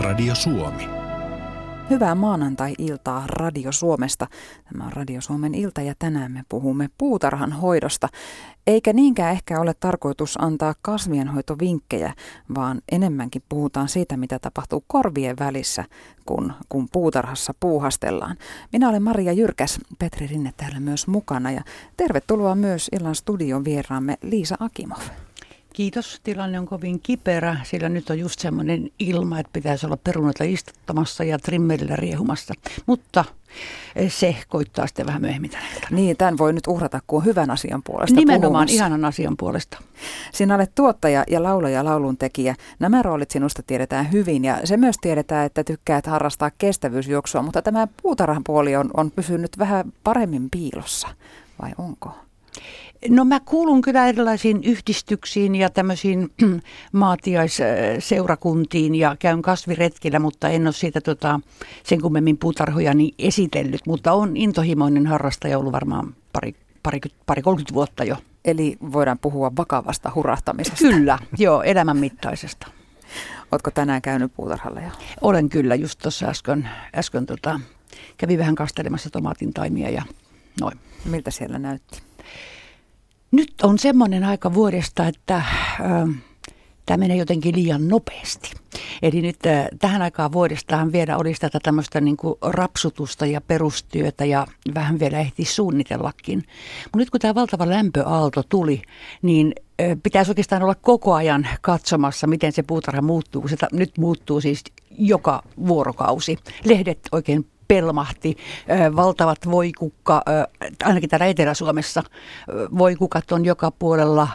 Radio Suomi. Hyvää maanantai-iltaa Radio Suomesta. Tämä on Radio Suomen ilta ja tänään me puhumme puutarhan hoidosta. Eikä niinkään ehkä ole tarkoitus antaa kasvienhoitovinkkejä, vaan enemmänkin puhutaan siitä, mitä tapahtuu korvien välissä, kun puutarhassa puuhastellaan. Minä olen Maria Jyrkäs, Petri Rinne täällä myös mukana ja tervetuloa myös illan studion vieraamme Liisa Akimov. Kiitos. Tilanne on kovin kiperä, sillä nyt on just semmoinen ilma, että pitäisi olla perunoita istuttamassa ja trimmerillä riehumassa. Mutta se koittaa sitten vähän myöhemmin tänä iltana. Niin, tämän voi nyt uhrata, kun on hyvän asian puolesta nimenomaan puhumassa. Ihanan asian puolesta. Sinä olet tuottaja ja laulaja, lauluntekijä. Nämä roolit sinusta tiedetään hyvin ja se myös tiedetään, että tykkäät harrastaa kestävyysjuoksua, mutta tämä puutarhan puoli on pysynyt vähän paremmin piilossa, vai onko? No mä kuulun kyllä erilaisiin yhdistyksiin ja tämmöisiin maatiaisseurakuntiin ja käyn kasviretkillä, mutta en ole siitä sen kummemmin puutarhojani esitellyt, mutta on intohimoinen harrastaja ollut varmaan pari 30 vuotta jo. Eli voidaan puhua vakavasta hurahtamisesta. Kyllä, joo, elämänmittaisesta. Ootko tänään käynyt puutarhalla jo? Olen kyllä, just tuossa äsken kävin vähän kastelemassa tomaatin taimia ja noin. Miltä siellä näytti? Nyt on semmoinen aika vuodesta, että tämä menee jotenkin liian nopeasti. Eli nyt tähän aikaan vuodestahan vielä olisi tätä tämmöistä niin kuin rapsutusta ja perustyötä ja vähän vielä ehti suunnitellakin. Mutta nyt kun tämä valtava lämpöaalto tuli, niin pitäisi oikeastaan olla koko ajan katsomassa, miten se puutarha muuttuu. Se nyt muuttuu siis joka vuorokausi. Lehdet oikein pelmahti, valtavat voikukka, ainakin täällä Etelä-Suomessa voikukat on joka puolella.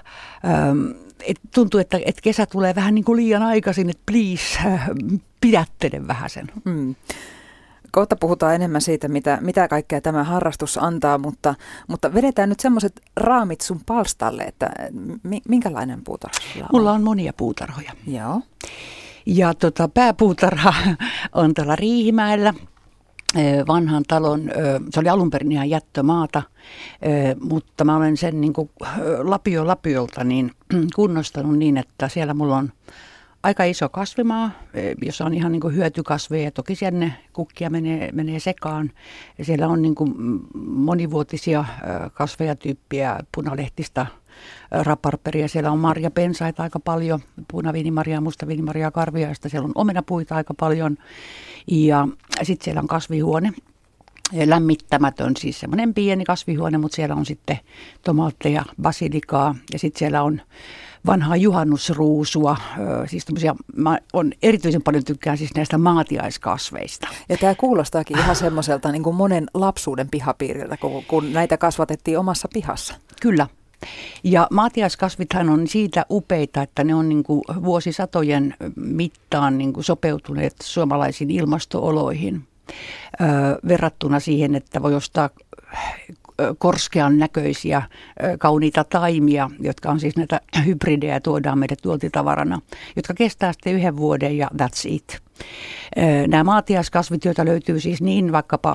Tuntuu, että kesä tulee vähän niin kuin liian aikaisin, että please, pidättele vähän sen. Kohta puhutaan enemmän siitä, mitä kaikkea tämä harrastus antaa, mutta vedetään nyt semmoiset raamit sun palstalle, että minkälainen puutarha sulla on? Mulla on monia puutarhoja. Joo. Ja pääpuutarha on tuolla Riihimäellä. Vanhan talon, se oli alun perin ihan jättömaata, mutta mä olen sen niin kuin lapiolta niin kunnostanut niin, että siellä mulla on aika iso kasvimaa, jossa on ihan niin kuin hyötykasveja ja toki siellä kukkia menee sekaan. Ja siellä on niin kuin monivuotisia kasveja tyyppiä, punalehtistä raparperia, siellä on marjapensaita aika paljon, punaviinimarjaa, mustaviinimarjaa, karviaista, siellä on omenapuita aika paljon ja sitten siellä on kasvihuone, lämmittämätön, siis semmoinen pieni kasvihuone, mutta siellä on sitten tomaatteja, basilikaa ja sitten siellä on vanhaa juhannusruusua, siis mä erityisen paljon tykkään siis näistä maatiaiskasveista. Ja tämä kuulostaakin ihan semmoiselta niin kuin monen lapsuuden pihapiiriltä, kun näitä kasvatettiin omassa pihassa. Kyllä. Ja maatiaiskasvithan on siitä upeita, että ne on niin kuin vuosisatojen mittaan niin kuin sopeutuneet suomalaisiin ilmasto-oloihin verrattuna siihen, että voi ostaa korskean näköisiä kauniita taimia, jotka on siis näitä hybridejä, tuodaan meille tuontitavarana, jotka kestää sitten 1 vuoden ja that's it. Nämä maatiaiskasvit, joita löytyy siis niin vaikkapa,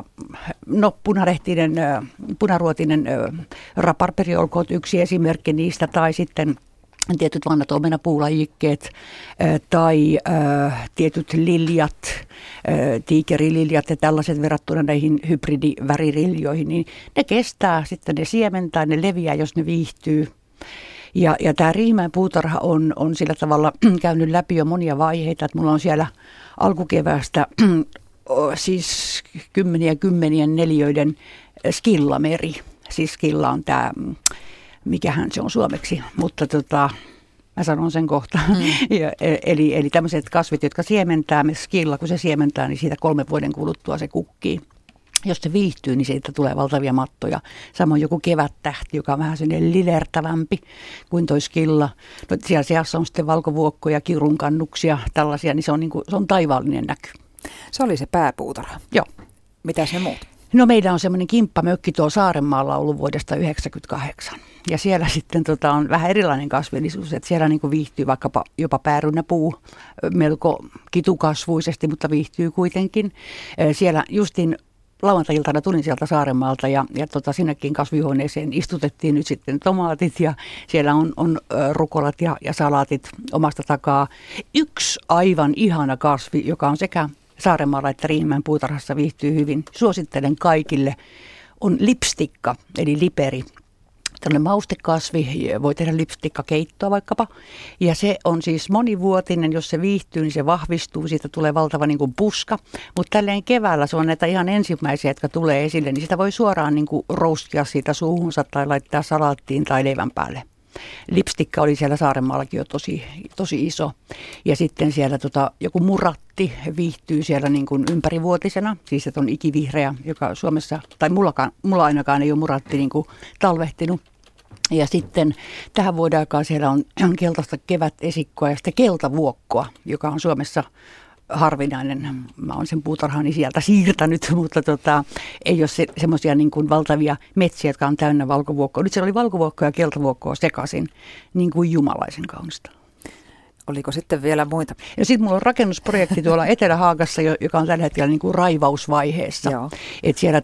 punaruotinen raparperi olkoon yksi esimerkki niistä, tai sitten tietyt vanhat omenapuulajikkeet tai tietyt liljat, tiikerililjat ja tällaiset verrattuna näihin hybridiväririljoihin, niin ne kestää, sitten ne siementää, ne leviää, jos ne viihtyy. Ja tämä Riihimäen puutarha on sillä tavalla käynyt läpi jo monia vaiheita, että mulla on siellä alkukeväästä siis kymmenien neliöiden skillameri. Siis skilla on tämä, mikähän se on suomeksi, mutta mä sanon sen kohta. Eli tämmöiset kasvit, jotka siementää, skilla kun se siementää, niin siitä 3 vuoden kuluttua se kukkii. Jos se viihtyy, niin siitä tulee valtavia mattoja. Samoin joku kevättähti, joka on vähän sellainen lilertävämpi kuin toi skilla. No, siellä seassa on sitten valkovuokkoja, kirunkannuksia, tällaisia, niin se on taivaallinen näky. Se oli se pääpuutarha. Joo. Mitä se muut? No meillä on semmoinen kimppamökki tuolla Saarenmaalla ollut vuodesta 1998. Ja siellä sitten on vähän erilainen kasvillisuus, että siellä niin kuin viihtyy vaikkapa jopa päärynäpuu melko kitukasvuisesti, mutta viihtyy kuitenkin. Siellä justin lauantai-iltana tulin sieltä Saarenmaalta ja sinnekin kasvihuoneeseen istutettiin nyt sitten tomaatit ja siellä on rukolat ja salaatit omasta takaa. Yksi aivan ihana kasvi, joka on sekä Saarenmaalla että Riihimäen puutarhassa viihtyy hyvin. Suosittelen kaikille. On lipstikka, eli liperi. Tällainen maustekasvi, voi tehdä lipstikkakeittoa vaikkapa. Ja se on siis monivuotinen, jos se viihtyy, niin se vahvistuu, siitä tulee valtava niin kuin puska. Mutta tälleen keväällä se on näitä ihan ensimmäisiä, jotka tulee esille, niin sitä voi suoraan niin kuin roustia siitä suuhunsa tai laittaa salaattiin tai leivän päälle. Lipstikka oli siellä Saarenmaallakin jo tosi iso. Ja sitten siellä joku muratti viihtyy siellä niin kuin ympärivuotisena, siis että on ikivihreä, joka Suomessa, tai mulla ainakaan ei ole muratti niin kuin talvehtinut. Ja sitten tähän vuoden aikaan siellä on keltaista kevätesikkoa ja sitten keltavuokkoa, joka on Suomessa harvinainen. Mä oon sen puutarhani sieltä siirtänyt, mutta ei ole semmoisia niin kuin valtavia metsiä, jotka on täynnä valkovuokkoa. Nyt siellä oli valkovuokkoa ja keltavuokkoa sekaisin, niin kuin jumalaisen kaunista. Oliko sitten vielä muita? Ja sitten mulla on rakennusprojekti tuolla Etelä-Haagassa, joka on tällä hetkellä niin kuin raivausvaiheessa. Että siellä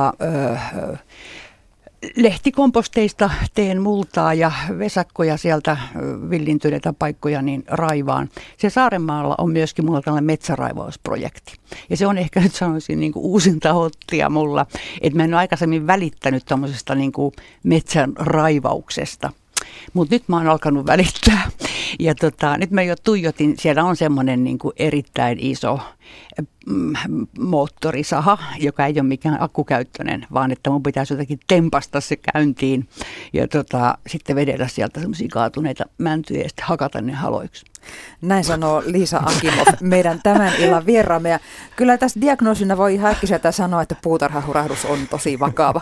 lehtikomposteista teen multaa ja vesakkoja sieltä villintyneitä paikkoja niin raivaan. Se Saarenmaalla on myöskin mulla tällainen metsäraivausprojekti. Ja se on ehkä nyt sanoisin niin kuin uusinta hottia mulla, että mä en ole aikaisemmin välittänyt tommosesta niin kuin metsän raivauksesta. Mutta nyt mä oon alkanut välittää. Ja nyt mä jo tuijotin, siellä on semmoinen niin kuin erittäin iso moottorisaha, joka ei ole mikään akkukäyttöinen, vaan että mun pitäisi jotenkin tempasta se käyntiin ja sitten vedellä sieltä semmoisia kaatuneita mäntyjä ja sitten hakata ne haloiksi. Näin sanoo Liisa Akimov, meidän tämän illan vieraamme. Ja kyllä tässä diagnoosina voi ihan äkkiseltä sanoa, että puutarhahurahdus on tosi vakava.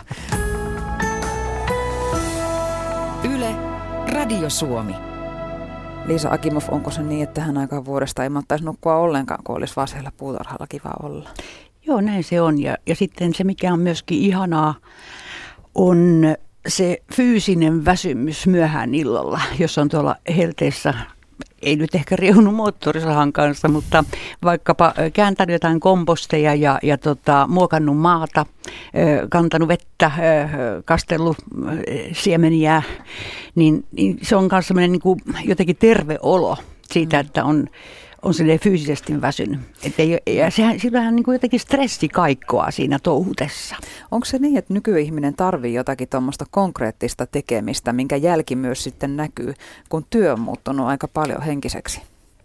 Yle, Radio Suomi. Liisa Akimov, onko se niin, että tähän aikaan vuodesta ei mahtaisi nukkua ollenkaan, kun olisi vaan siellä puutarhalla kiva olla? Joo, näin se on. Ja sitten se, mikä on myöskin ihanaa, on se fyysinen väsymys myöhään illalla, jos on tuolla helteessä. Ei nyt ehkä riehunut moottorisahan kanssa, mutta vaikkapa kääntänyt jotain komposteja ja muokannut maata, kantanut vettä, kastellut siemeniä, niin se on myös sellainen niin kuin jotenkin terve olo siitä, että on silleen fyysisesti väsynyt. Ja sillähän niin kuin jotenkin stressi kaikkoa siinä touhutessa. Onko se niin, että nykyihminen tarvitsee jotakin tuommoista konkreettista tekemistä, minkä jälki myös sitten näkyy, kun työ on muuttunut aika paljon henkiseksi?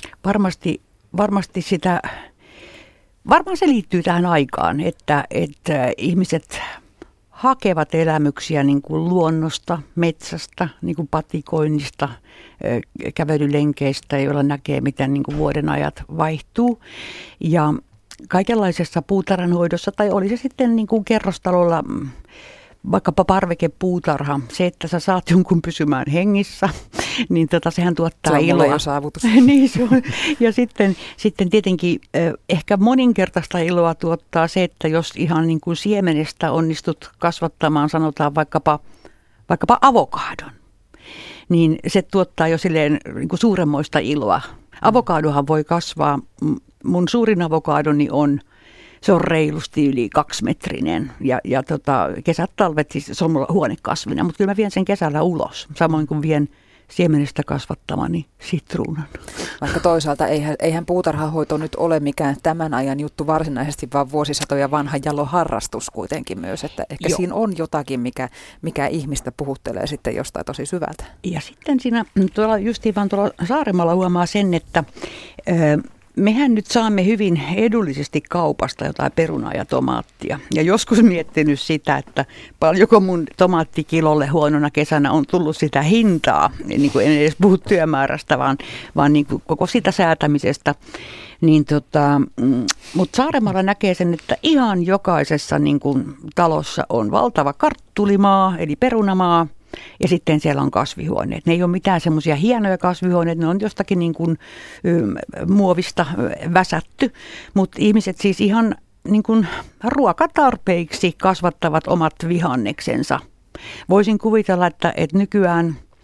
Varmasti varmaan se liittyy tähän aikaan, että ihmiset hakevat elämyksiä niin kuin luonnosta, metsästä, niin kuin patikoinnista, kävelylenkeistä, joilla näkee, miten niin kuin vuoden ajat vaihtuu. Ja kaikenlaisessa puutarhanhoidossa, tai oli se sitten niin kuin kerrostalolla, vaikkapa parvekepuutarha, se, että sä saat jonkun pysymään hengissä, niin sehän tuottaa iloa. Se on mulle jo saavutus. Niin se on. Ja sitten tietenkin ehkä moninkertaista iloa tuottaa se, että jos ihan niin kuin siemenestä onnistut kasvattamaan, sanotaan vaikkapa avokadon, niin se tuottaa jo silleen niin kuin suuremmoista iloa. Avokadohan voi kasvaa, mun suurin avokadoni se on reilusti yli 2-metrinen ja kesät, talvet, siis se on mulla huonekasvina, mutta kyllä mä vien sen kesällä ulos, samoin kuin vien siemenestä kasvattamani sitruunan. Vaikka toisaalta eihän puutarhahoito nyt ole mikään tämän ajan juttu varsinaisesti, vaan vuosisatoja vanha jalo harrastus kuitenkin myös, että ehkä siinä on jotakin, mikä ihmistä puhuttelee sitten jostain tosi syvältä. Ja sitten siinä justiin vaan tuolla Saarenmaalla huomaa sen, että mehän nyt saamme hyvin edullisesti kaupasta jotain perunaa ja tomaattia. Ja joskus miettinyt sitä, että paljonko mun tomaattikilolle huonona kesänä on tullut sitä hintaa. Niin kuin en edes puhu työmäärästä, vaan niin kuin koko sitä säätämisestä. Niin mutta Saaremaalla näkee sen, että ihan jokaisessa niin kuin talossa on valtava karttulimaa, eli perunamaa. Ja sitten siellä on kasvihuoneet. Ne ei ole mitään semmoisia hienoja kasvihuoneita, ne on jostakin niin kuin muovista väsätty, mutta ihmiset siis ihan niin kuin ruokatarpeiksi kasvattavat omat vihanneksensa. Voisin kuvitella, että nykyään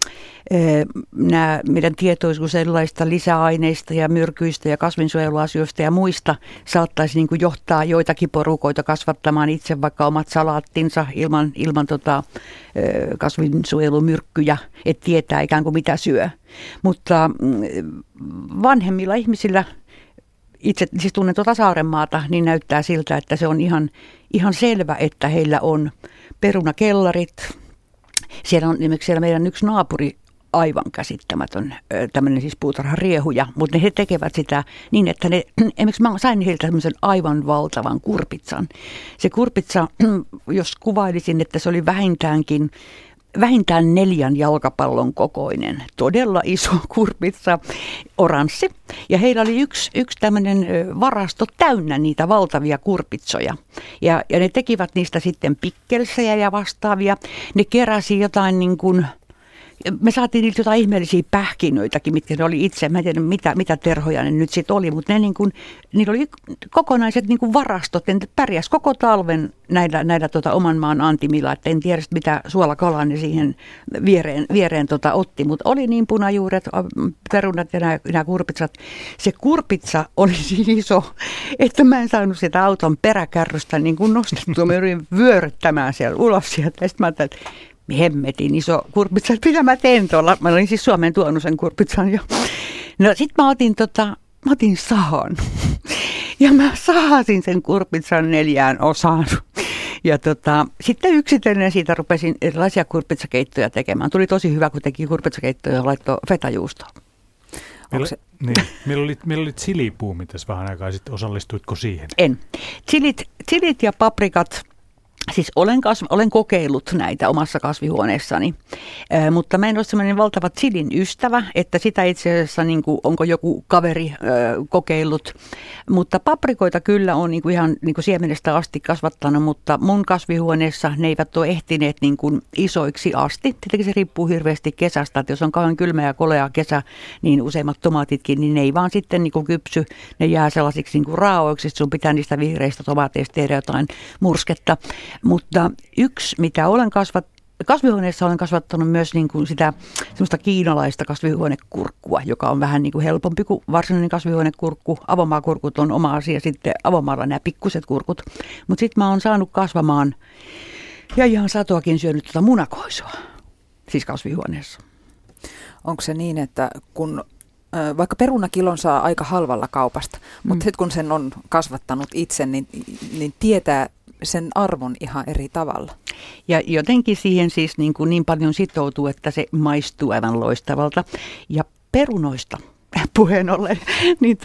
Nämä meidän tietoisuus sellaista lisäaineista ja myrkyistä ja kasvinsuojeluasioista ja muista saattaisi niin kuin johtaa joitakin porukoita kasvattamaan itse vaikka omat salaattinsa ilman kasvinsuojelumyrkkyjä, että tietää ikään kuin mitä syö. Mutta vanhemmilla ihmisillä, itse siis tunnen tuota Saarenmaata, niin näyttää siltä, että se on ihan selvä, että heillä on perunakellarit. Siellä on esimerkiksi siellä meidän yksi naapuri, aivan käsittämätön, tämmöinen siis puutarhan riehuja, mutta he tekevät sitä niin, että esimerkiksi mä sain heiltä tämmöisen aivan valtavan kurpitsan. Se kurpitsa, jos kuvailisin, että se oli vähintään 4 jalkapallon kokoinen, todella iso kurpitsa, oranssi. Ja heillä oli yksi tämmöinen varasto täynnä niitä valtavia kurpitsoja. Ja ne tekivät niistä sitten pikkelsejä ja vastaavia. Ne keräsi jotain niin kuin, me saatiin niiltä jotain ihmeellisiä pähkinöitäkin, mitkä ne oli itse. Mä en tiedä, mitä terhoja ne nyt sitten oli, mutta niillä oli kokonaiset niin kuin varastot. Ne pärjäs koko talven näillä oman maan antimilla, että en tiedä, mitä suolakalaa ne siihen viereen otti. Mutta oli niin punajuuret, perunat ja nämä kurpitsat. Se kurpitsa oli niin iso, että mä en saanut sitä auton peräkärrystä niin kuin nostettua. Mä yritin vyöryttämään siellä ulos sieltä. Ja sitten mä ajattelin, että hemmetin iso kurpitsa, että mitä mä teen tuolla. Mä olin siis Suomeen tuonut sen kurpitsan jo. No sit mä otin sahan. Ja mä sahasin sen kurpitsan 4 osaan. Ja sitten yksitellen siitä rupesin erilaisia kurpitsakeittoja tekemään. Tuli tosi hyvä, kun teki kurpitsakeittoja ja laittoi fetajuustoa. Meillä oli chilipuumi tässä vähän aikaa sitten. Osallistuitko siihen? En. Chilit ja paprikat. Siis olen kokeillut näitä omassa kasvihuoneessani, mutta mä en ole sellainen valtava chilin ystävä, että sitä itse asiassa niin kuin, onko joku kaveri kokeillut. Mutta paprikoita kyllä on niin kuin ihan niin kuin siemenestä asti kasvattanut, mutta mun kasvihuoneessa ne eivät ole ehtineet niin kuin isoiksi asti. Tietenkin se riippuu hirveästi kesästä, että jos on kauan kylmä ja kolea kesä, niin useimmat tomaatitkin, niin ne ei vaan sitten niin kuin kypsy. Ne jää sellaisiksi niin kuin raaoiksi, sun pitää niistä vihreistä tomaateista tehdä jotain mursketta. Mutta yksi, mitä kasvihuoneessa olen kasvattanut myös niin kuin sitä semmoista kiinalaista kasvihuonekurkkua, joka on vähän niin kuin helpompi kuin varsinainen kasvihuonekurkku. Avomaakurkut on oma asia, sitten avomaalla nämä pikkuset kurkut. Mutta sitten mä oon saanut kasvamaan ja ihan satoakin syönyt munakoisoa, siis kasvihuoneessa. Onko se niin, että kun vaikka perunakilon saa aika halvalla kaupasta, mutta sitten kun sen on kasvattanut itse, niin tietää sen arvon ihan eri tavalla. Ja jotenkin siihen siis niin paljon sitoutuu, että se maistuu aivan loistavalta. Ja perunoista puheen ollen, niin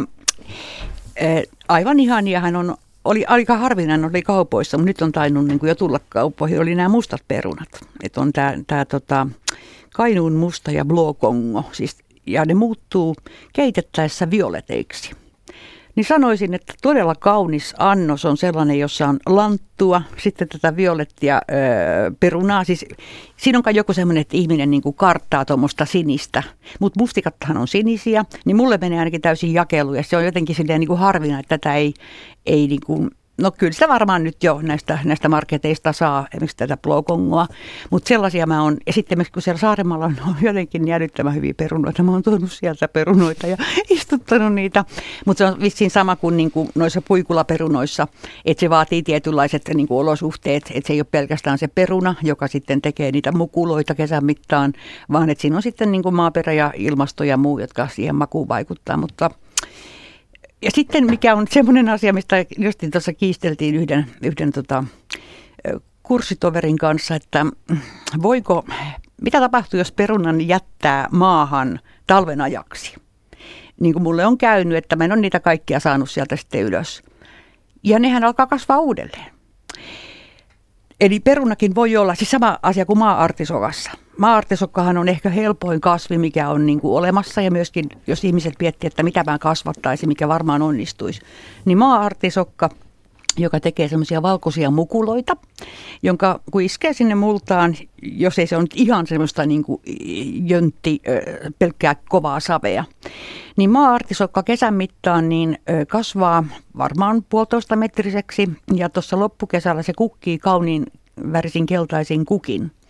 aivan ihaniahan oli aika harvinainen oli kaupoissa, mutta nyt on tainnut niin kuin jo tulla kauppoihin, oli nämä mustat perunat. Että on tämä Kainuun musta ja blåkongo, siis, ja ne muuttuu keitettäessä violeteiksi. Niin sanoisin, että todella kaunis annos on sellainen, jossa on lanttua, sitten tätä violettia perunaa. Siis, siinä onkaan joku semmoinen, että ihminen niin kuin karttaa tuommoista sinistä, mutta mustikattahan on sinisiä, niin mulle menee ainakin täysin jakelu. Ja se on jotenkin silleen niin kuin harvina, että tätä ei niin kuin, no kyllä sitä varmaan nyt jo näistä marketeista saa, esimerkiksi tätä blåkongoa, mutta sellaisia mä oon, ja sitten kun siellä Saaremaalla on jotenkin jäädyttävän hyviä perunoita, mä oon tuonut sieltä perunoita ja istuttanut niitä, mutta se on vissiin sama kuin, noissa puikulaperunoissa, että se vaatii tietynlaiset niin kuin olosuhteet, että se ei ole pelkästään se peruna, joka sitten tekee niitä mukuloita kesän mittaan, vaan että siinä on sitten niin kuin maaperä ja ilmasto ja muu, jotka siihen makuun vaikuttaa, mutta ja sitten mikä on semmoinen asia, mistä justiin tuossa kiisteltiin yhden kurssitoverin kanssa, että mitä tapahtuu, jos perunan jättää maahan talven ajaksi? Niin kuin mulle on käynyt, että mä en ole niitä kaikkia saanut sieltä sitten ylös. Ja nehän alkaa kasvaa uudelleen. Eli perunakin voi olla, siis sama asia kuin maa-artisokassa. Maa-artisokkahan on ehkä helpoin kasvi, mikä on niin kuin olemassa ja myöskin, jos ihmiset miettii, että mitä mä kasvattaisin, mikä varmaan onnistuisi. Niin maa-artisokka, joka tekee semmoisia valkoisia mukuloita, jonka kun iskee sinne multaan, jos ei se on ihan semmoista niin kuin pelkkää kovaa savea, niin maa-artisokka kesän mittaan niin kasvaa varmaan 1,5 metriseksi ja tuossa loppukesällä se kukkii kauniin värisin keltaisin kukin.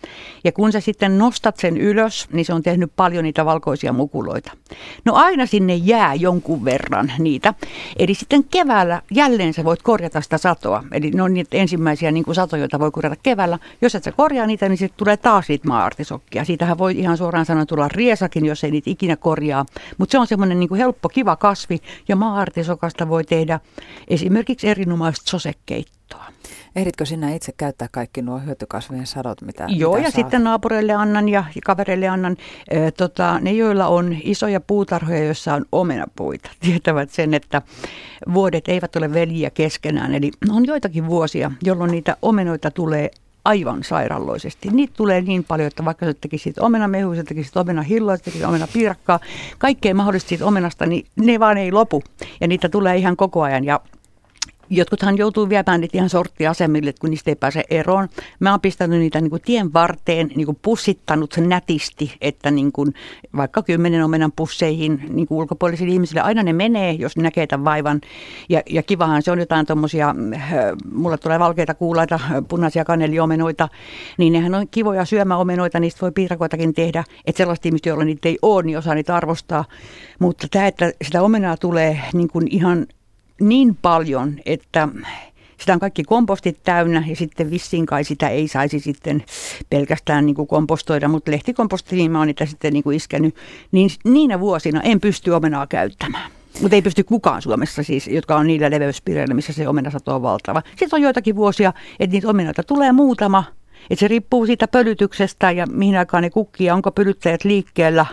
Ja kun sä sitten nostat sen ylös, niin se on tehnyt paljon niitä valkoisia mukuloita. No aina sinne jää jonkun verran niitä. Eli sitten keväällä jälleen sä voit korjata sitä satoa. Eli ne on niitä ensimmäisiä niin kuin satoja, joita voi korjata keväällä. Jos et sä korjaa niitä, niin sitten tulee taas niitä maa-artisokkia. Siitähän voi ihan suoraan sanoen tulla riesakin, jos ei niitä ikinä korjaa. Mutta se on semmoinen niin kuin helppo, kiva kasvi. Ja maa-artisokasta voi tehdä esimerkiksi erinomaista sosekeittoa. Ehditkö sinä itse käyttää kaikki nuo hyötykasvien sadot, Joo, mitä ja saa? sitten naapureille annan ja kavereille annan. Ne, joilla on isoja puutarhoja, joissa on omenapuita, tietävät sen, että vuodet eivät ole veljiä keskenään. Eli on joitakin vuosia, jolloin niitä omenoita tulee aivan sairaalloisesti. Niitä tulee niin paljon, että vaikka sä tekisit omenamehua, sä tekisit omenahilloa, sä tekisit omenapiirakkaa, kaikkea mahdollista siitä omenasta, niin ne vaan ei lopu. Ja niitä tulee ihan koko ajan. Ja jotkuthan joutuu viemään niitä ihan sorttiasemille, kun niistä ei pääse eroon. Mä oon pistänyt niitä niin kuin tien varteen, niin kuin pussittanut nätisti, että niin kuin vaikka 10 omenan pusseihin niin kuin ulkopuolisille ihmisille aina ne menee, jos näkee tämän vaivan. Ja kivahan se on jotain tommosia, mulle tulee valkeita kuulaita, punaisia kaneliomenoita, niin nehän on kivoja syömäomenoita, niistä voi piirakoitakin tehdä. Että sellaiset ihmiset, joilla niitä ei ole, niin osaa niitä arvostaa. Mutta tämä, että sitä omenaa tulee niin kuin ihan niin paljon, että sitä on kaikki kompostit täynnä ja sitten vissiin kai sitä ei saisi sitten pelkästään niin kuin kompostoida, mutta lehtikompostiin mä oon niitä sitten niin kuin iskenyt, niin niinä vuosina en pysty omenaa käyttämään. Mutta ei pysty kukaan Suomessa siis, jotka on niillä leveyspiireillä, missä se omenasato on valtava. Sitten on joitakin vuosia, että niitä omenoita tulee muutama, että se riippuu siitä pölytyksestä ja mihin aikaan ne kukkii ja onko pölyttäjät liikkeellä.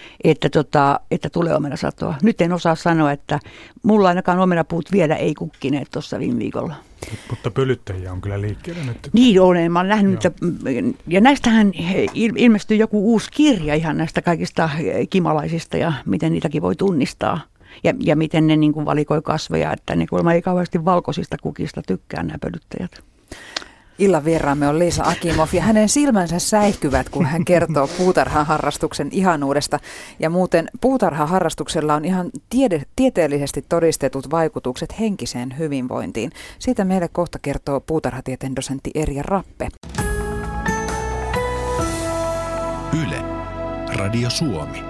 Että tulee omenasatoa. Nyt en osaa sanoa, että mulla ainakaan omenapuut vielä ei kukkineet tuossa viime viikolla. Mutta pölyttäjiä on kyllä liikkeellä nyt. Niin on, mä oon nähnyt, ja näistähän ilmestyy joku uusi kirja ihan näistä kaikista kimalaisista ja miten niitäkin voi tunnistaa. Ja miten ne niin kuin valikoi kasveja, että ne kuulemma ei kauheasti valkoisista kukista tykkää nämä pölyttäjät. Illan vieraamme on Liisa Akimov ja hänen silmänsä säihkyvät, kun hän kertoo puutarhaharrastuksen ihanuudesta. Ja muuten puutarhaharrastuksella on ihan tieteellisesti todistetut vaikutukset henkiseen hyvinvointiin. Siitä meille kohta kertoo puutarhatieteen dosentti Erja Rappe. Yle, Radio Suomi.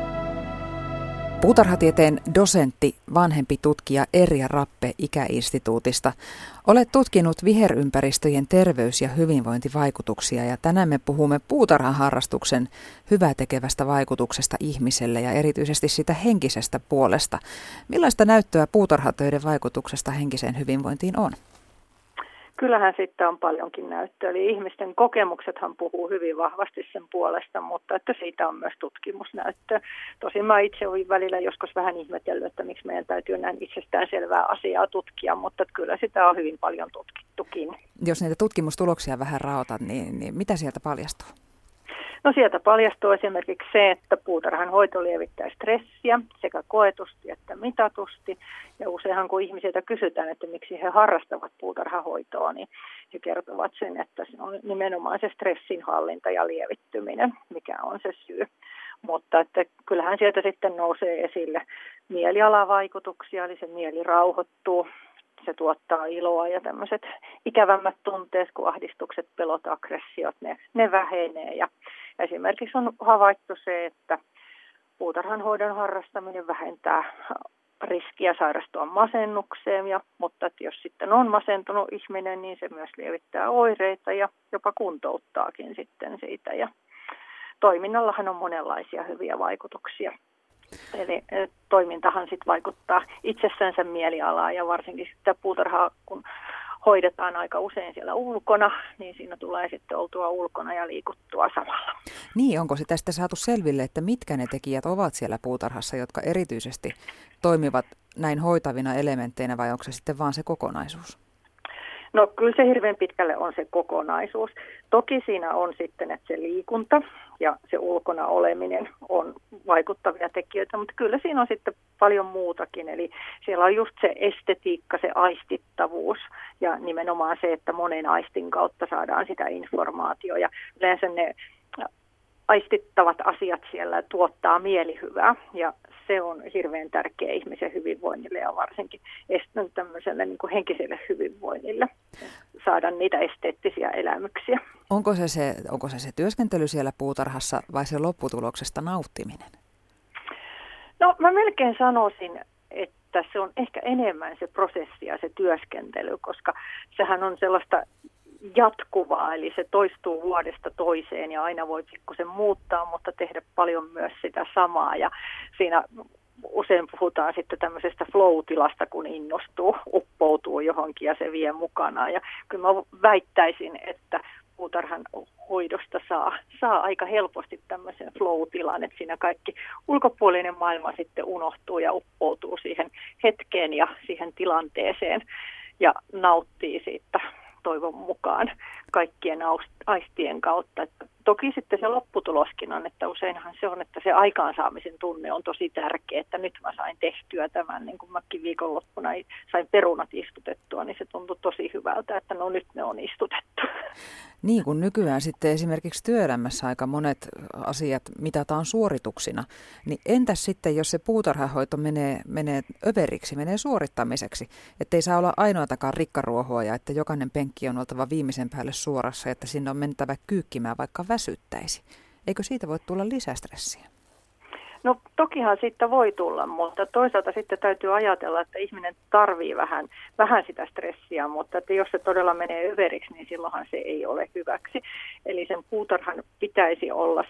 Puutarhatieteen dosentti, vanhempi tutkija Erja Rappe Ikäinstituutista. Olet tutkinut viherympäristöjen terveys- ja hyvinvointivaikutuksia ja tänään me puhumme puutarhaharrastuksen hyväätekevästä vaikutuksesta ihmiselle ja erityisesti sitä henkisestä puolesta. Millaista näyttöä puutarhatöiden vaikutuksesta henkiseen hyvinvointiin on? Kyllähän sitten on paljonkin näyttöä, eli ihmisten kokemuksethan puhuu hyvin vahvasti sen puolesta, mutta että siitä on myös tutkimusnäyttöä. Tosin mä itse olin välillä joskus vähän ihmetellyt, että miksi meidän täytyy näin itsestäänselvää asiaa tutkia, mutta kyllä sitä on hyvin paljon tutkittukin. Jos niitä tutkimustuloksia vähän raotat, niin mitä sieltä paljastuu? No sieltä paljastuu esimerkiksi se, että puutarhan hoito lievittää stressiä sekä koetusti että mitatusti. Ja useinhan kun ihmisiltä kysytään, että miksi he harrastavat puutarhahoitoa, niin he kertovat sen, että se on nimenomaan se stressinhallinta ja lievittyminen, mikä on se syy. Mutta että kyllähän sieltä sitten nousee esille mielialavaikutuksia, eli se mieli rauhoittuu. Se tuottaa iloa ja tämmöiset ikävämmät tunteet, kuin ahdistukset, pelot, aggressiot, ne vähenee. Ja esimerkiksi on havaittu se, että puutarhanhoidon harrastaminen vähentää riskiä sairastua masennukseen, mutta että jos sitten on masentunut ihminen, niin se myös lievittää oireita ja jopa kuntouttaakin sitten siitä. Ja toiminnallahan on monenlaisia hyviä vaikutuksia. Eli toimintahan sitten vaikuttaa itsessänsä mielialaan ja varsinkin sitä puutarhaa, kun hoidetaan aika usein siellä ulkona, niin siinä tulee sitten oltua ulkona ja liikuttua samalla. Niin, onko se tästä saatu selville, että mitkä ne tekijät ovat siellä puutarhassa, jotka erityisesti toimivat näin hoitavina elementteinä vai onko se sitten vaan se kokonaisuus? No kyllä se hirveän pitkälle on se kokonaisuus. Toki siinä on sitten, että se liikunta ja se ulkona oleminen on vaikuttavia tekijöitä, mutta kyllä siinä on sitten paljon muutakin. Eli siellä on just se estetiikka, se aistittavuus ja nimenomaan se, että monen aistin kautta saadaan sitä informaatiota. Ja yleensä ne aistittavat asiat siellä tuottaa mielihyvää ja se on hirveän tärkeä ihmisen hyvinvoinnille ja varsinkin tämmöiselle niin kuin henkiselle hyvinvoinnille saada niitä esteettisiä elämyksiä. Onko se työskentely siellä puutarhassa vai se lopputuloksesta nauttiminen? No mä melkein sanoisin, että se on ehkä enemmän se prosessi ja se työskentely, koska sehän on sellaista jatkuvaa, eli se toistuu vuodesta toiseen ja aina voi pikkusen muuttaa, mutta tehdä paljon myös sitä samaa ja siinä usein puhutaan sitten tämmöisestä flow-tilasta, kun innostuu, uppoutuu johonkin ja se vie mukanaan ja kyllä mä väittäisin, että puutarhan hoidosta saa aika helposti tämmöisen flow-tilan, että siinä kaikki ulkopuolinen maailma sitten unohtuu ja uppoutuu siihen hetkeen ja siihen tilanteeseen ja nauttii siitä toivon mukaan kaikkien aistien kautta. Että toki sitten se lopputuloskin on, että useinhan se on, että se aikaansaamisen tunne on tosi tärkeä, että nyt mä sain tehtyä tämän, niin kuin mäkin viikonloppuna sain perunat istutettua, niin se tuntui tosi hyvältä, että no nyt ne on istutettu. Niin kuin nykyään sitten esimerkiksi työelämässä aika monet asiat mitataan suorituksina, niin entäs sitten, jos se puutarhahoito menee överiksi, menee suorittamiseksi, että ei saa olla ainoatakaan rikkaruohoa ja että jokainen penkki on oltava viimeisen päälle suorassa, että sinne on mentävä kyykkimään vaikka väsyttäisi. Eikö siitä voi tulla lisästressiä? No tokihan siitä voi tulla, mutta toisaalta sitten täytyy ajatella, että ihminen tarvii vähän sitä stressiä, mutta että jos se todella menee överiksi, niin silloinhan se ei ole hyväksi. Eli sen puutarhan pitäisi olla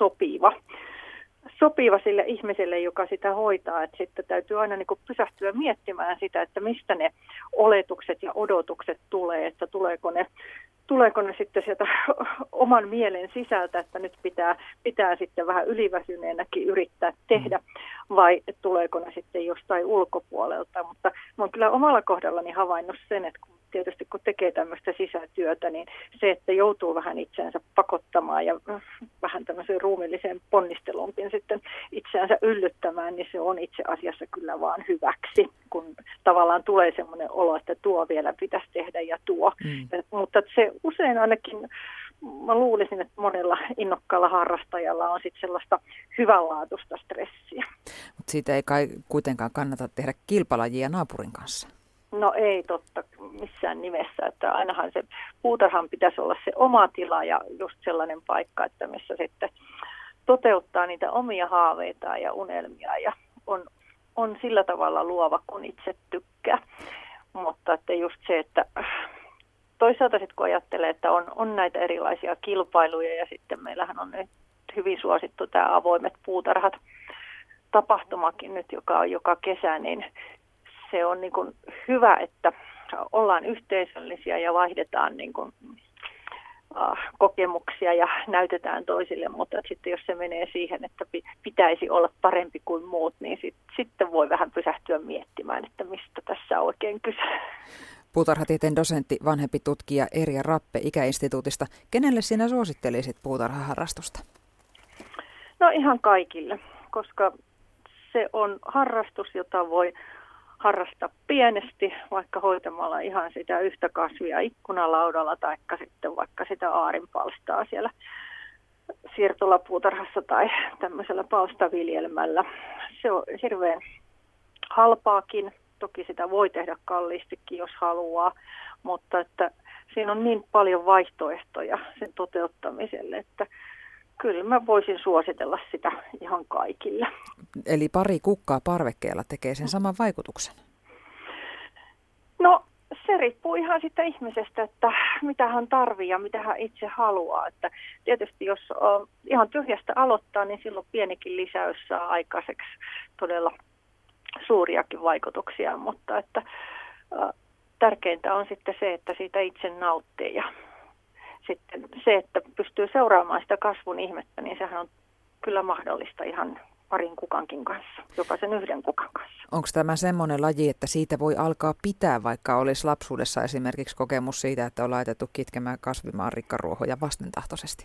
sopiva sille ihmiselle, joka sitä hoitaa. Että sitten täytyy aina niin kuin pysähtyä miettimään sitä, että mistä ne oletukset ja odotukset tulee, että tuleeko ne sitten sieltä oman mielen sisältä, että nyt pitää sitten vähän yliväsyneenäkin yrittää tehdä, vai tuleeko ne sitten jostain ulkopuolelta. Mutta mä oon kyllä omalla kohdallani havainnut sen, että tietysti kun tekee tämmöistä sisätyötä, niin se, että joutuu vähän itseänsä pakottamaan ja vähän tämmöiseen ruumiilliseen ponnistelunkin sitten itseänsä yllyttämään, niin se on itse asiassa kyllä vaan hyväksi, kun tavallaan tulee semmoinen olo, että tuo vielä pitäisi tehdä ja tuo. Mutta se usein ainakin, mä luulisin, että monella innokkaalla harrastajalla on sitten sellaista hyvänlaatuista stressiä. Mutta siitä ei kai kuitenkaan kannata tehdä kilpalajia naapurin kanssa. No ei totta missään nimessä, että ainahan se puutarhan pitäisi olla se oma tila ja just sellainen paikka, että missä sitten toteuttaa niitä omia haaveitaan ja unelmia ja on sillä tavalla luova, kun itse tykkää. Mutta että just se, että toisaalta sitten kun ajattelee, että on näitä erilaisia kilpailuja ja sitten meillähän on nyt hyvin suosittu tämä avoimet puutarhat tapahtumakin nyt, joka on joka kesä, niin se on niin kuin hyvä, että ollaan yhteisöllisiä ja vaihdetaan niin kuin, kokemuksia ja näytetään toisille, mutta sitten jos se menee siihen, että pitäisi olla parempi kuin muut, niin sitten voi vähän pysähtyä miettimään, että mistä tässä on oikein kyse. Puutarhatieteen dosentti, vanhempi tutkija Erja Rappe Ikäinstituutista. Kenelle sinä suosittelisit puutarhaharrastusta? No ihan kaikille, koska se on harrastus, jota voi harrastaa pienesti, vaikka hoitamalla ihan sitä yhtä kasvia ikkunalaudalla tai sitten vaikka sitä aarinpalstaa siellä siirtolapuutarhassa tai tämmöisellä palstaviljelmällä. Se on hirveän halpaakin. Toki sitä voi tehdä kalliistikin, jos haluaa, mutta että siinä on niin paljon vaihtoehtoja sen toteuttamiselle, että kyllä mä voisin suositella sitä ihan kaikille. Eli pari kukkaa parvekkeella tekee sen saman vaikutuksen? No se riippuu ihan siitä ihmisestä, että mitä hän tarvitsee ja mitä hän itse haluaa. Että tietysti jos ihan tyhjästä aloittaa, niin silloin pienikin lisäys saa aikaiseksi todella suuriakin vaikutuksia, mutta että tärkeintä on sitten se, että siitä itse nauttii ja sitten se, että pystyy seuraamaan sitä kasvun ihmettä, niin sehän on kyllä mahdollista ihan parin kukankin kanssa, jopa sen yhden kukan kanssa. Onko tämä semmoinen laji, että siitä voi alkaa pitää, vaikka olisi lapsuudessa esimerkiksi kokemus siitä, että on laitettu kitkemään kasvimaan rikkaruohoja vastentahtoisesti?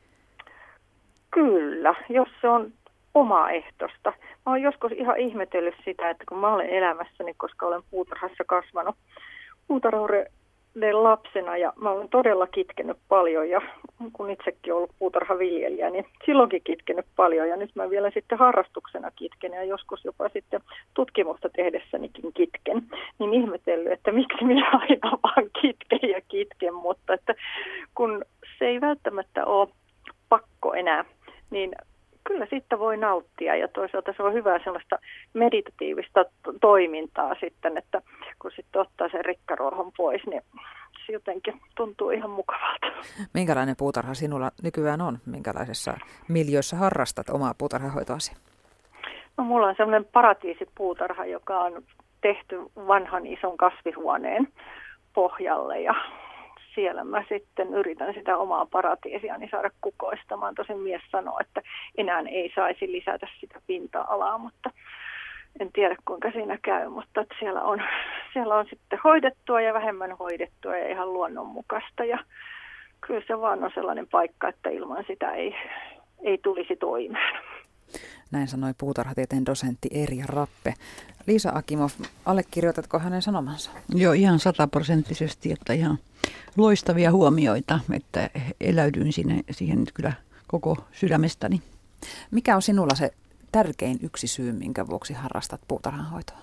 Kyllä, jos se on omaehtoista. Mä oon joskus ihan ihmetellyt sitä, että kun mä olen elämässäni, koska olen puutarhassa kasvanut puutarhuuden lapsena ja mä olen todella kitkenyt paljon ja kun itsekin ollut puutarhaviljelijä, niin silloinkin kitkenyt paljon ja nyt mä vielä sitten harrastuksena kitken ja joskus jopa sitten tutkimusta tehdessänikin kitken. Niin ihmetellyt, että miksi minä aina vaan kitken, mutta että kun se ei välttämättä ole pakko enää, niin kyllä siitä voi nauttia ja toisaalta se on hyvää sellaista meditatiivista toimintaa sitten, että kun sitten ottaa sen rikkaruohon pois, niin se jotenkin tuntuu ihan mukavalta. Minkälainen puutarha sinulla nykyään on? Minkälaisessa miljöissä harrastat omaa puutarhahoitoasi? No mulla on sellainen paratiisipuutarha, joka on tehty vanhan ison kasvihuoneen pohjalle ja siellä mä sitten yritän sitä omaa paratiisiani saada kukoistamaan. Tosin mies sanoo, että enää ei saisi lisätä sitä pinta-alaa, mutta en tiedä kuinka siinä käy. Mutta että siellä on sitten hoidettua ja vähemmän hoidettua ja ihan luonnonmukaista. Ja kyllä se vaan on sellainen paikka, että ilman sitä ei tulisi toimeen. Näin sanoi puutarhatieteen dosentti Erja Rappe. Liisa Akimov, allekirjoitatko hänen sanomansa? Joo, ihan 100%, että ihan loistavia huomioita, että eläydyin siihen nyt kyllä koko sydämestäni. Mikä on sinulla se tärkein yksi syy, minkä vuoksi harrastat puutarhanhoitoa?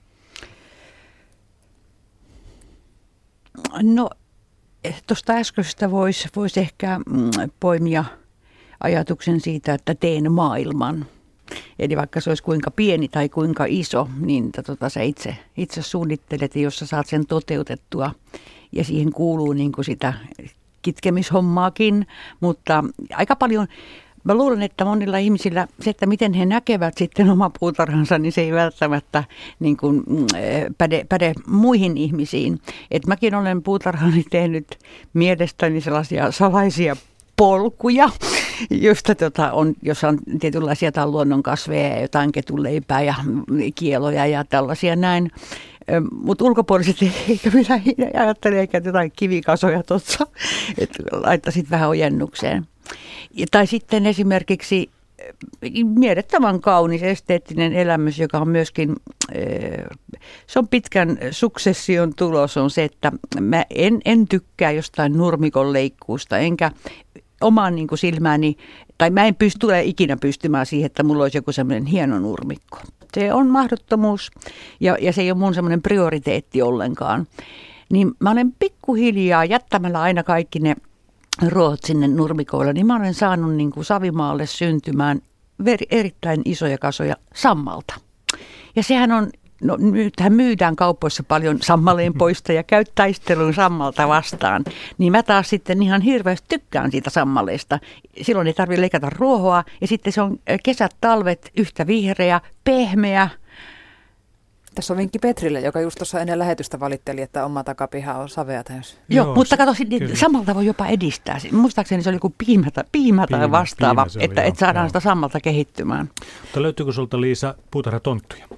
No, tuosta äskeisestä voisi ehkä poimia ajatuksen siitä, että teen maailman. Eli vaikka se olisi kuinka pieni tai kuinka iso, niin sä itse suunnittelet, jos sä saat sen toteutettua. Ja siihen kuuluu niin kuin sitä kitkemishommaakin, mutta aika paljon, mä luulen, että monilla ihmisillä se, että miten he näkevät sitten oma puutarhansa, niin se ei välttämättä niin kuin päde muihin ihmisiin. Et mäkin olen puutarhani tehnyt mielestäni sellaisia salaisia polkuja, jossa on tietynlaisia luonnonkasveja ja jotain ketunleipää ja kieloja ja tällaisia näin. Mutta ulkopuoliset eikä minä ajattele eikä jotain kivikasoja tuossa, että laittaisit vähän ojennukseen. Tai sitten esimerkiksi mielettömän kaunis esteettinen elämys, joka on myöskin, se on pitkän suksession tulos, on se, että mä en tykkää jostain nurmikon leikkuusta, enkä omaan niin kuin silmääni, tai mä en tule ikinä pystymään siihen, että mulla olisi joku semmoinen hieno nurmikko. Se on mahdottomuus ja se ei ole mun semmoinen prioriteetti ollenkaan. Niin mä olen pikkuhiljaa jättämällä aina kaikki ne ruohot sinne nurmikoille, niin mä olen saanut niin kuin Savimaalle syntymään erittäin isoja kasoja sammalta. Ja sehän on, no nythän myydään kaupoissa paljon sammaleen poista ja käy taisteluun sammalta vastaan. Niin mä taas sitten ihan hirveästi tykkään siitä sammaleesta. Silloin ei tarvitse leikata ruohoa ja sitten se on kesät, talvet yhtä vihreä, pehmeä. Tässä on vinkki Petrille, joka just tuossa ennen lähetystä valitteli, että oma takapiha on savea täysin. Joo, mutta kato, sammalta voi jopa edistää. Muistaakseni se oli joku piimä tai vastaava, että saadaan sitä sammalta kehittymään. Mutta löytyykö sulta, Liisa, puutarhatonttuja?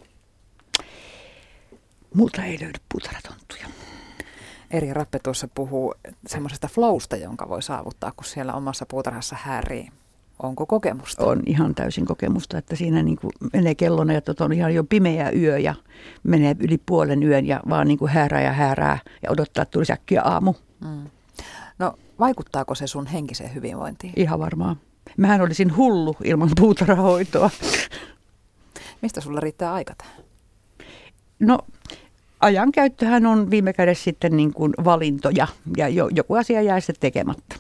Multa ei löydy puutarhatonttuja. Erja Rappe tuossa puhuu semmoisesta flowsta, jonka voi saavuttaa, kun siellä omassa puutarhassa häärii. Onko kokemusta? On ihan täysin kokemusta, että siinä niin kuin menee kellona ja on ihan jo pimeä yö ja menee yli puolen yön ja vaan niin kuin häärää ja odottaa, että tulisi äkkiä aamu. No vaikuttaako se sun henkiseen hyvinvointiin? Ihan varmaan. Mähän olisin hullu ilman puutarhahoitoa. Mistä sulla riittää aika tähän? No ajankäyttöhän on viime kädessä sitten niin kuin valintoja ja joku asia jää sitten tekemättä.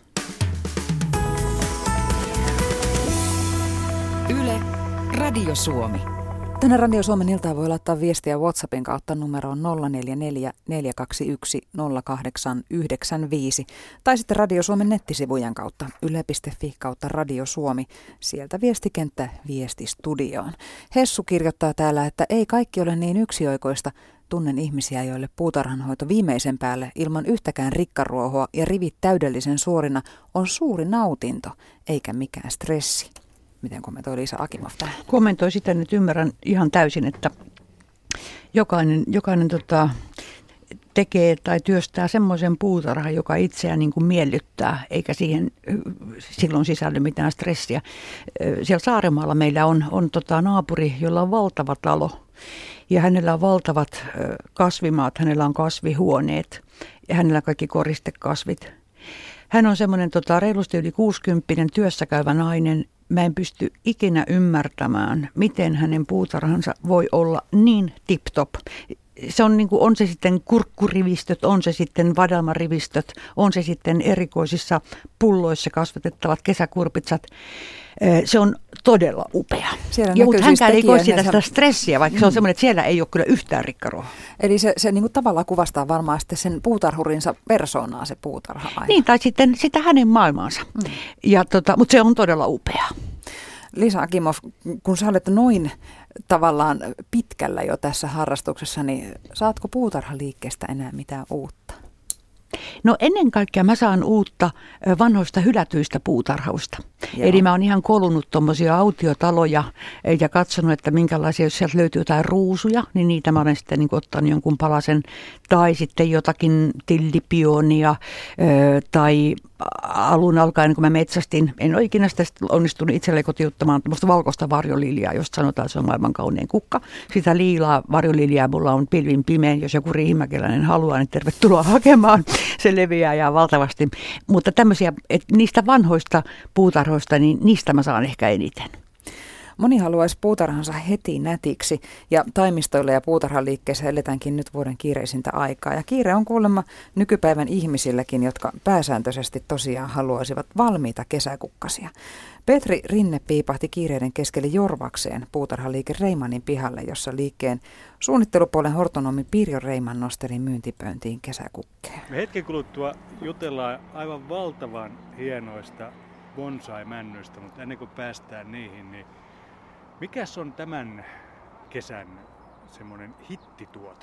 Yle, Radio Suomi. Tänne Radio Suomen iltaan voi laittaa viestiä WhatsAppin kautta numeroon 044 421 0895 tai sitten Radio Suomen nettisivujen kautta yle.fi kautta Radio Suomi. Sieltä viestikenttä viestistudioon. Hessu kirjoittaa täällä, että ei kaikki ole niin yksioikoista. Tunnen ihmisiä, joille puutarhanhoito viimeisen päälle ilman yhtäkään rikkaruohoa ja rivit täydellisen suorina on suuri nautinto, eikä mikään stressi. Miten kommentoi Liisa Akimov tähän? Kommentoi sitä nyt, ymmärrän ihan täysin, että jokainen tekee tai työstää semmoisen puutarhan, joka itseään niin kuin miellyttää, eikä siihen silloin sisälly mitään stressiä. Siellä Saaremaalla meillä on naapuri, jolla on valtava talo. ja hänellä on valtavat kasvimaat, hänellä on kasvihuoneet ja hänellä on kaikki koristekasvit. Hän on semmoinen reilusti yli 60 työssä käyvä nainen. Mä en pysty ikinä ymmärtämään, miten hänen puutarhansa voi olla niin tip-top. Se on, on se sitten kurkkurivistöt, on se sitten vadelmarivistöt, on se sitten erikoisissa pulloissa kasvatettavat kesäkurpitsat. Se on todella upea. Mutta hänkään ei koe sitä stressiä, vaikka se on semmoinen, että siellä ei ole kyllä yhtään rikkaruohoa. Eli se niin kuin tavallaan kuvastaa varmaan sitten sen puutarhurinsa persoonaa, se puutarha aina. Niin, tai sitten sitä hänen maailmaansa. Mutta se on todella upea. Liisa Akimov, kun sä olet noin tavallaan pitkällä jo tässä harrastuksessa, niin saatko puutarhaliikkeestä enää mitään uutta? No ennen kaikkea mä saan uutta vanhoista hylätyistä puutarhausta. Joo. Eli mä oon ihan kolunut tuommoisia autiotaloja ja katsonut, että minkälaisia, jos sieltä löytyy jotain ruusuja, niin niitä mä olen sitten ottanut jonkun palasen. Tai sitten jotakin tillipionia tai alun alkaen, kun mä metsästin, en ole ikinä sitä onnistunut itselle kotiuttamaan tämmöistä valkoista varjoliljaa, josta sanotaan, että se on maailman kaunein kukka. Sitä liilaa varjoliljaa mulla on pilvin pimeän, jos joku riihimäkeläinen haluaa, niin tervetuloa hakemaan. Se leviää ja valtavasti. Mutta tämmöisiä, että niistä vanhoista puutarhoista, niin niistä mä saan ehkä eniten. Moni haluaisi puutarhansa heti nätiksi ja taimistoilla ja puutarhaliikkeessä eletäänkin nyt vuoden kiireisintä aikaa. Ja kiire on kuulemma nykypäivän ihmisilläkin, jotka pääsääntöisesti tosiaan haluaisivat valmiita kesäkukkasia. Petri Rinne piipahti kiireiden keskelle Jorvakseen puutarhaliike Reimannin pihalle, jossa liikkeen suunnittelupuolen hortonomi Pirjo Reiman nosteli myyntipöyntiin kesäkukkeja. Me hetken kuluttua jutellaan aivan valtavan hienoista bonsai-männyistä, mutta ennen kuin päästään niihin, niin mikäs on tämän kesän semmoinen hittituote?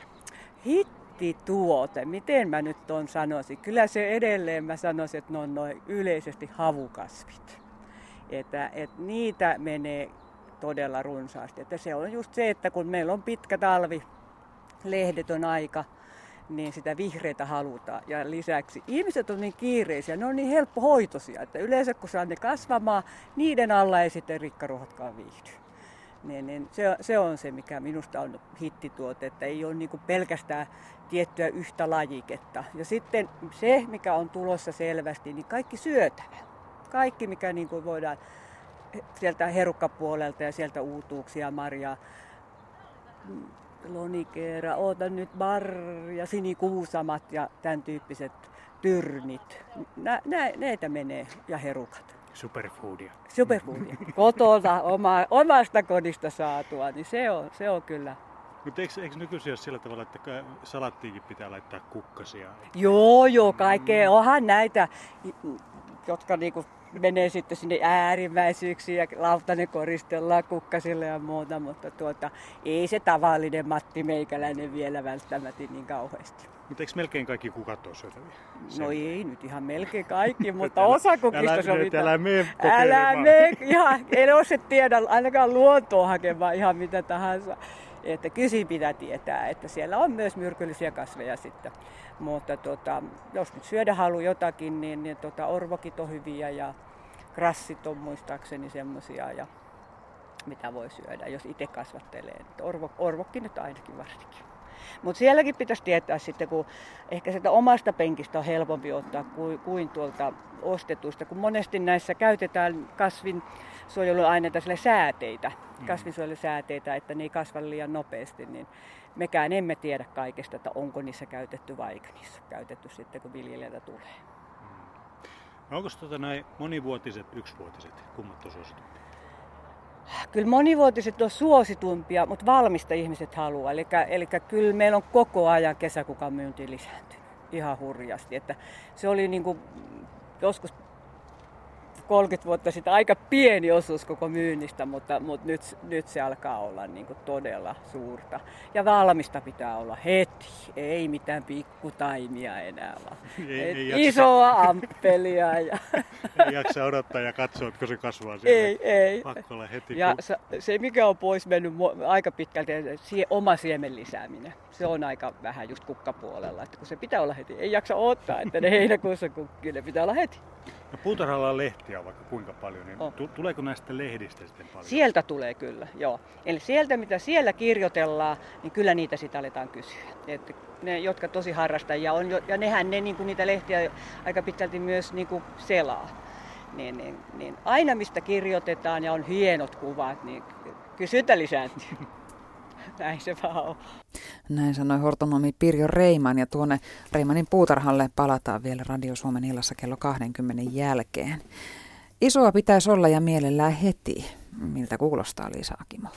Hittituote, miten mä nyt ton sanoisin? Kyllä se edelleen mä sanoisin, että ne on noin yleisesti havukasvit. Että niitä menee todella runsaasti. Että se on just se, että kun meillä on pitkä talvi, lehdetön aika, niin sitä vihreitä halutaan. Ja lisäksi ihmiset on niin kiireisiä, ne on niin helppohoitoisia, että yleensä kun saa ne kasvamaan, niiden alla ei sitten rikkaruohotkaan viihdy. Niin se on se, mikä minusta on hittituote, että ei ole niin kuin pelkästään tiettyä yhtä lajiketta. Ja sitten se, mikä on tulossa selvästi, niin kaikki syötävä. Kaikki, mikä niin kuin voidaan sieltä herukkapuolelta ja sieltä uutuuksia, marjaa, lonikeera, barja, sinikuusamat ja tämän tyyppiset tyrnit. Näitä menee ja herukat. Superfoodia. Kotona omasta kodista saatua, niin se on kyllä. Mutta eikö nykyisin ole sillä tavalla, että salattiinkin pitää laittaa kukkasia? Joo, kaikkea. Onhan näitä, jotka niinku menee sitten sinne äärimmäisyyksiin ja lautanen koristellaan kukkasille ja muuta, mutta ei se tavallinen Matti Meikäläinen vielä välttämättä niin kauheasti. Mutta eikö melkein kaikki kukat ole syötäviä? No ei nyt ihan melkein kaikki, mutta osa kukista sovitaan. Älä mene kokeilemaan. Älä mene, ihan, en ole se tiedä ainakaan luontoa hakemaan ihan mitä tahansa. Että kysin pitää tietää, että siellä on myös myrkyllisiä kasveja sitten. Mutta jos nyt syödä haluaa jotakin, niin orvokit on hyviä ja krassit on muistaakseni semmoisia, ja mitä voi syödä, jos itse kasvattelee. Orvokki nyt ainakin varsinkin. Mutta sielläkin pitäisi tietää sitten, kun ehkä sitä omasta penkistä on helpompi ottaa kuin tuolta ostetusta, kun monesti näissä käytetään kasvinsuojeluaineita, sääteitä, kasvinsuojelusääteitä, että ne ei kasva liian nopeasti, niin mekään emme tiedä kaikesta, että onko niissä käytetty vai eikö niissä käytetty sitten, kun viljelijältä tulee. No onko näin monivuotiset, yksivuotiset, kummat on suositumpia? Kyllä monivuotiset on suositumpia, mutta valmista ihmiset haluaa. Eli kyllä meillä on koko ajan kesäkukan myynti lisääntynyt ihan hurjasti. Että se oli niin kuin joskus 30 vuotta sitten aika pieni osuus koko myynnistä, mutta nyt se alkaa olla niin kuin todella suurta. Ja valmista pitää olla heti, ei mitään pikkutaimia enää, vaan isoa amppelia. Ei jaksa odottaa ja katsoa, että se kasvaa siellä. Ei. Pakko olla heti. Ja se, mikä on pois mennyt aika pitkälti, oma siemen lisääminen. Se on aika vähän just kukkapuolella, että kun se pitää olla heti. Ei jaksa odottaa, että ne heinäkuussa kukkii, ne pitää olla heti. No puutarhalla on lehtiä vaikka kuinka paljon, niin tuleeko näistä lehdistä sitten paljon? Sieltä tulee kyllä, joo. Eli sieltä, mitä siellä kirjoitellaan, niin kyllä niitä sitten aletaan kysyä. Et ne, jotka tosi harrastajia on, ja nehän ne niinku niitä lehtiä aika pitkälti myös niinku selaa. Niin aina mistä kirjoitetaan ja on hienot kuvat, niin kysyntä lisääntyy. Näin se vaan on. Näin sanoi hortonomi Pirjo Reiman, ja tuonne Reimanin puutarhalle palataan vielä Radio Suomen illassa kello 20 jälkeen. Isoa pitäisi olla ja mielellään heti. Miltä kuulostaa, Liisa Akimov?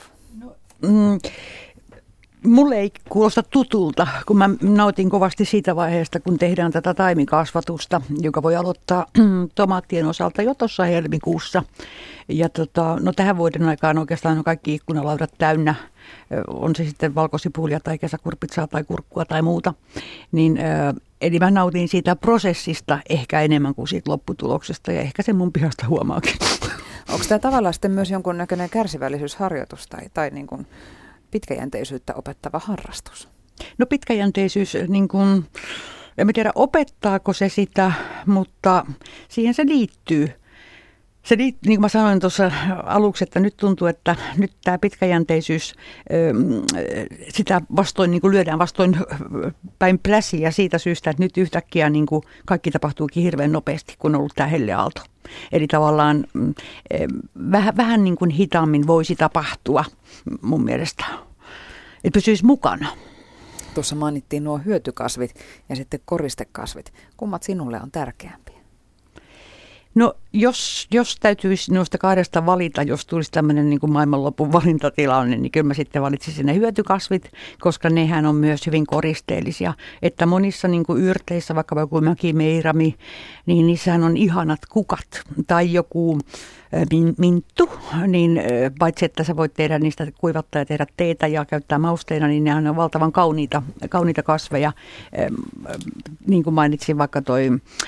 Mulle ei kuulosta tutulta, kun mä nautin kovasti siitä vaiheesta, kun tehdään tätä taimikasvatusta, joka voi aloittaa tomaattien osalta jo tuossa helmikuussa. Ja no tähän vuoden aikaan oikeastaan on kaikki ikkunalaudat täynnä, on se sitten valkosipulia tai kesäkurpitsaa tai kurkkua tai muuta. Eli mä nautin siitä prosessista ehkä enemmän kuin siitä lopputuloksesta, ja ehkä sen mun pihasta huomaakin. Onko tämä tavallaan sitten myös jonkunnäköinen kärsivällisyysharjoitus tai niin kuin pitkäjänteisyyttä opettava harrastus? No pitkäjänteisyys, niin kuin, en tiedä opettaako se sitä, mutta siihen se liittyy. Niin kuin mä sanoin tuossa aluksi, että nyt tuntuu, että nyt tämä pitkäjänteisyys, sitä vastoin niin kuin lyödään vastoin päin pläsiä siitä syystä, että nyt yhtäkkiä niin kuin kaikki tapahtuukin hirveän nopeasti, kun on ollut tämä helleaalto. Eli tavallaan vähän niin kuin hitaammin voisi tapahtua mun mielestä, että pysyisi mukana. Tuossa mainittiin nuo hyötykasvit ja sitten koristekasvit. Kummat sinulle on tärkeämpiä? No jos täytyisi noista kahdesta valita, jos tulisi tämmöinen niin kuin maailmanlopun valintatilanne, niin kyllä mä sitten valitsisin ne hyötykasvit, koska nehän on myös hyvin koristeellisia. Että monissa niin kuin yrteissä, vaikka joku mäkimeirami, niin niissähän on ihanat kukat tai joku minttu, niin paitsi että sä voit tehdä niistä kuivattaa ja tehdä teetä ja käyttää mausteina, niin nehän on valtavan kauniita kasveja. Niin kuin mainitsin vaikka toi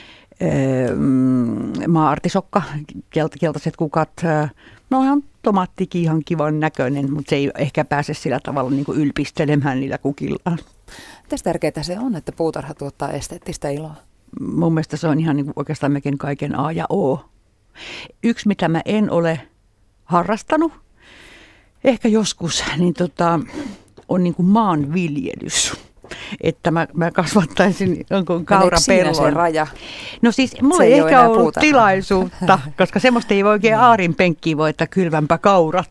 maa-artisokka, keltaiset kukat, no ihan tomaattikin ihan kivan näköinen, mutta se ei ehkä pääse sillä tavalla niin kuin ylpistelemään niillä kukillaan. Mitäs tärkeää se on, että puutarha tuottaa esteettistä iloa? Mun mielestä se on ihan niin kuin oikeastaan mekin kaiken A ja O. Yksi, mitä mä en ole harrastanut, ehkä joskus, niin on niin kuin maanviljelys. Että mä kasvattaisin jonkun kaurapellon. Se raja? No siis mulla ei ehkä ollut tilaisuutta, koska semmoista ei voi oikein aarinpenkkiä voi, että kylvänpä kaurat.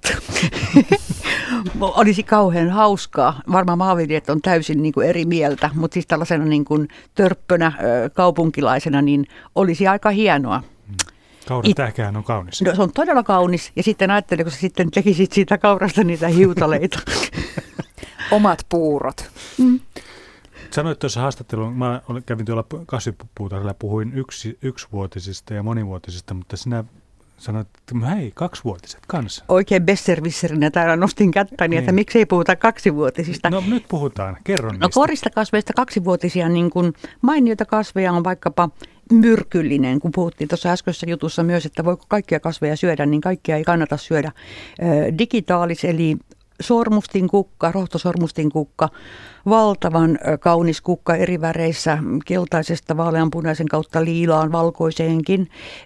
Olisi kauhean hauskaa. Varmaan maanviljelijät on täysin niin kuin eri mieltä, mutta siis tällaisena niin kuin törppönä kaupunkilaisena niin olisi aika hienoa. Kauratähkähän on kaunis. No, se on todella kaunis, ja sitten ajattelin, kun sä sitten tekisit siitä kaurasta niitä hiutaleita. Omat puurot. Sanoit tuossa haastatteluun, mä kävin tuolla kasvipuutarhalla ja puhuin yksivuotisista ja monivuotisista, mutta sinä sanoit, että hei, 2-vuotiset kanssa. Oikein besservisserinä täällä nostin kättäni, että miksei puhuta 2-vuotisista. No nyt puhutaan, kerron niistä. No koristakasveista 2-vuotisia niin kuin mainioita kasveja on vaikkapa myrkyllinen, kun puhuttiin tuossa äskeisessä jutussa myös, että voiko kaikkia kasveja syödä, niin kaikkia ei kannata syödä. Digitaalis eli sormustinkukka, rohtosormustinkukka, valtavan kaunis kukka eri väreissä, keltaisesta vaaleanpunaisen kautta liilaan, valkoiseenkin,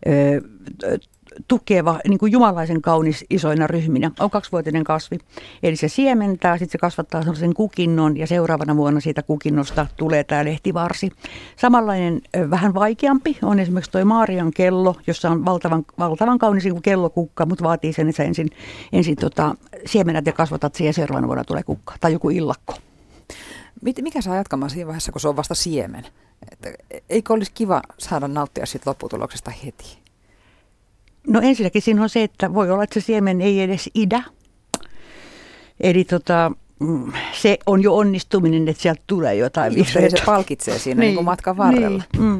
tukeva, niin kuin jumalaisen kaunis isoina ryhminä. On 2-vuotinen kasvi. Eli se siementää, sitten se kasvattaa sellaisen kukinnon ja seuraavana vuonna siitä kukinnosta tulee tämä lehtivarsi. Samanlainen vähän vaikeampi on esimerkiksi tuo Maarian kello, jossa on valtavan kaunis niin kuin kellokukka, mutta vaatii sen, että sä ensin siemenet ja kasvatat siihen ja seuraavana vuonna tulee kukka tai joku illakko. Mikä saa jatkamaan siinä vaiheessa, kun se on vasta siemen? Eikö olisi kiva saada nauttia siitä lopputuloksesta heti? No ensinnäkin siinä on se, että voi olla, että se siemen ei edes idä. Eli se on jo onnistuminen, että sieltä tulee jotain vihreitä. Se palkitsee siinä niin kuin matkan varrella. Niin.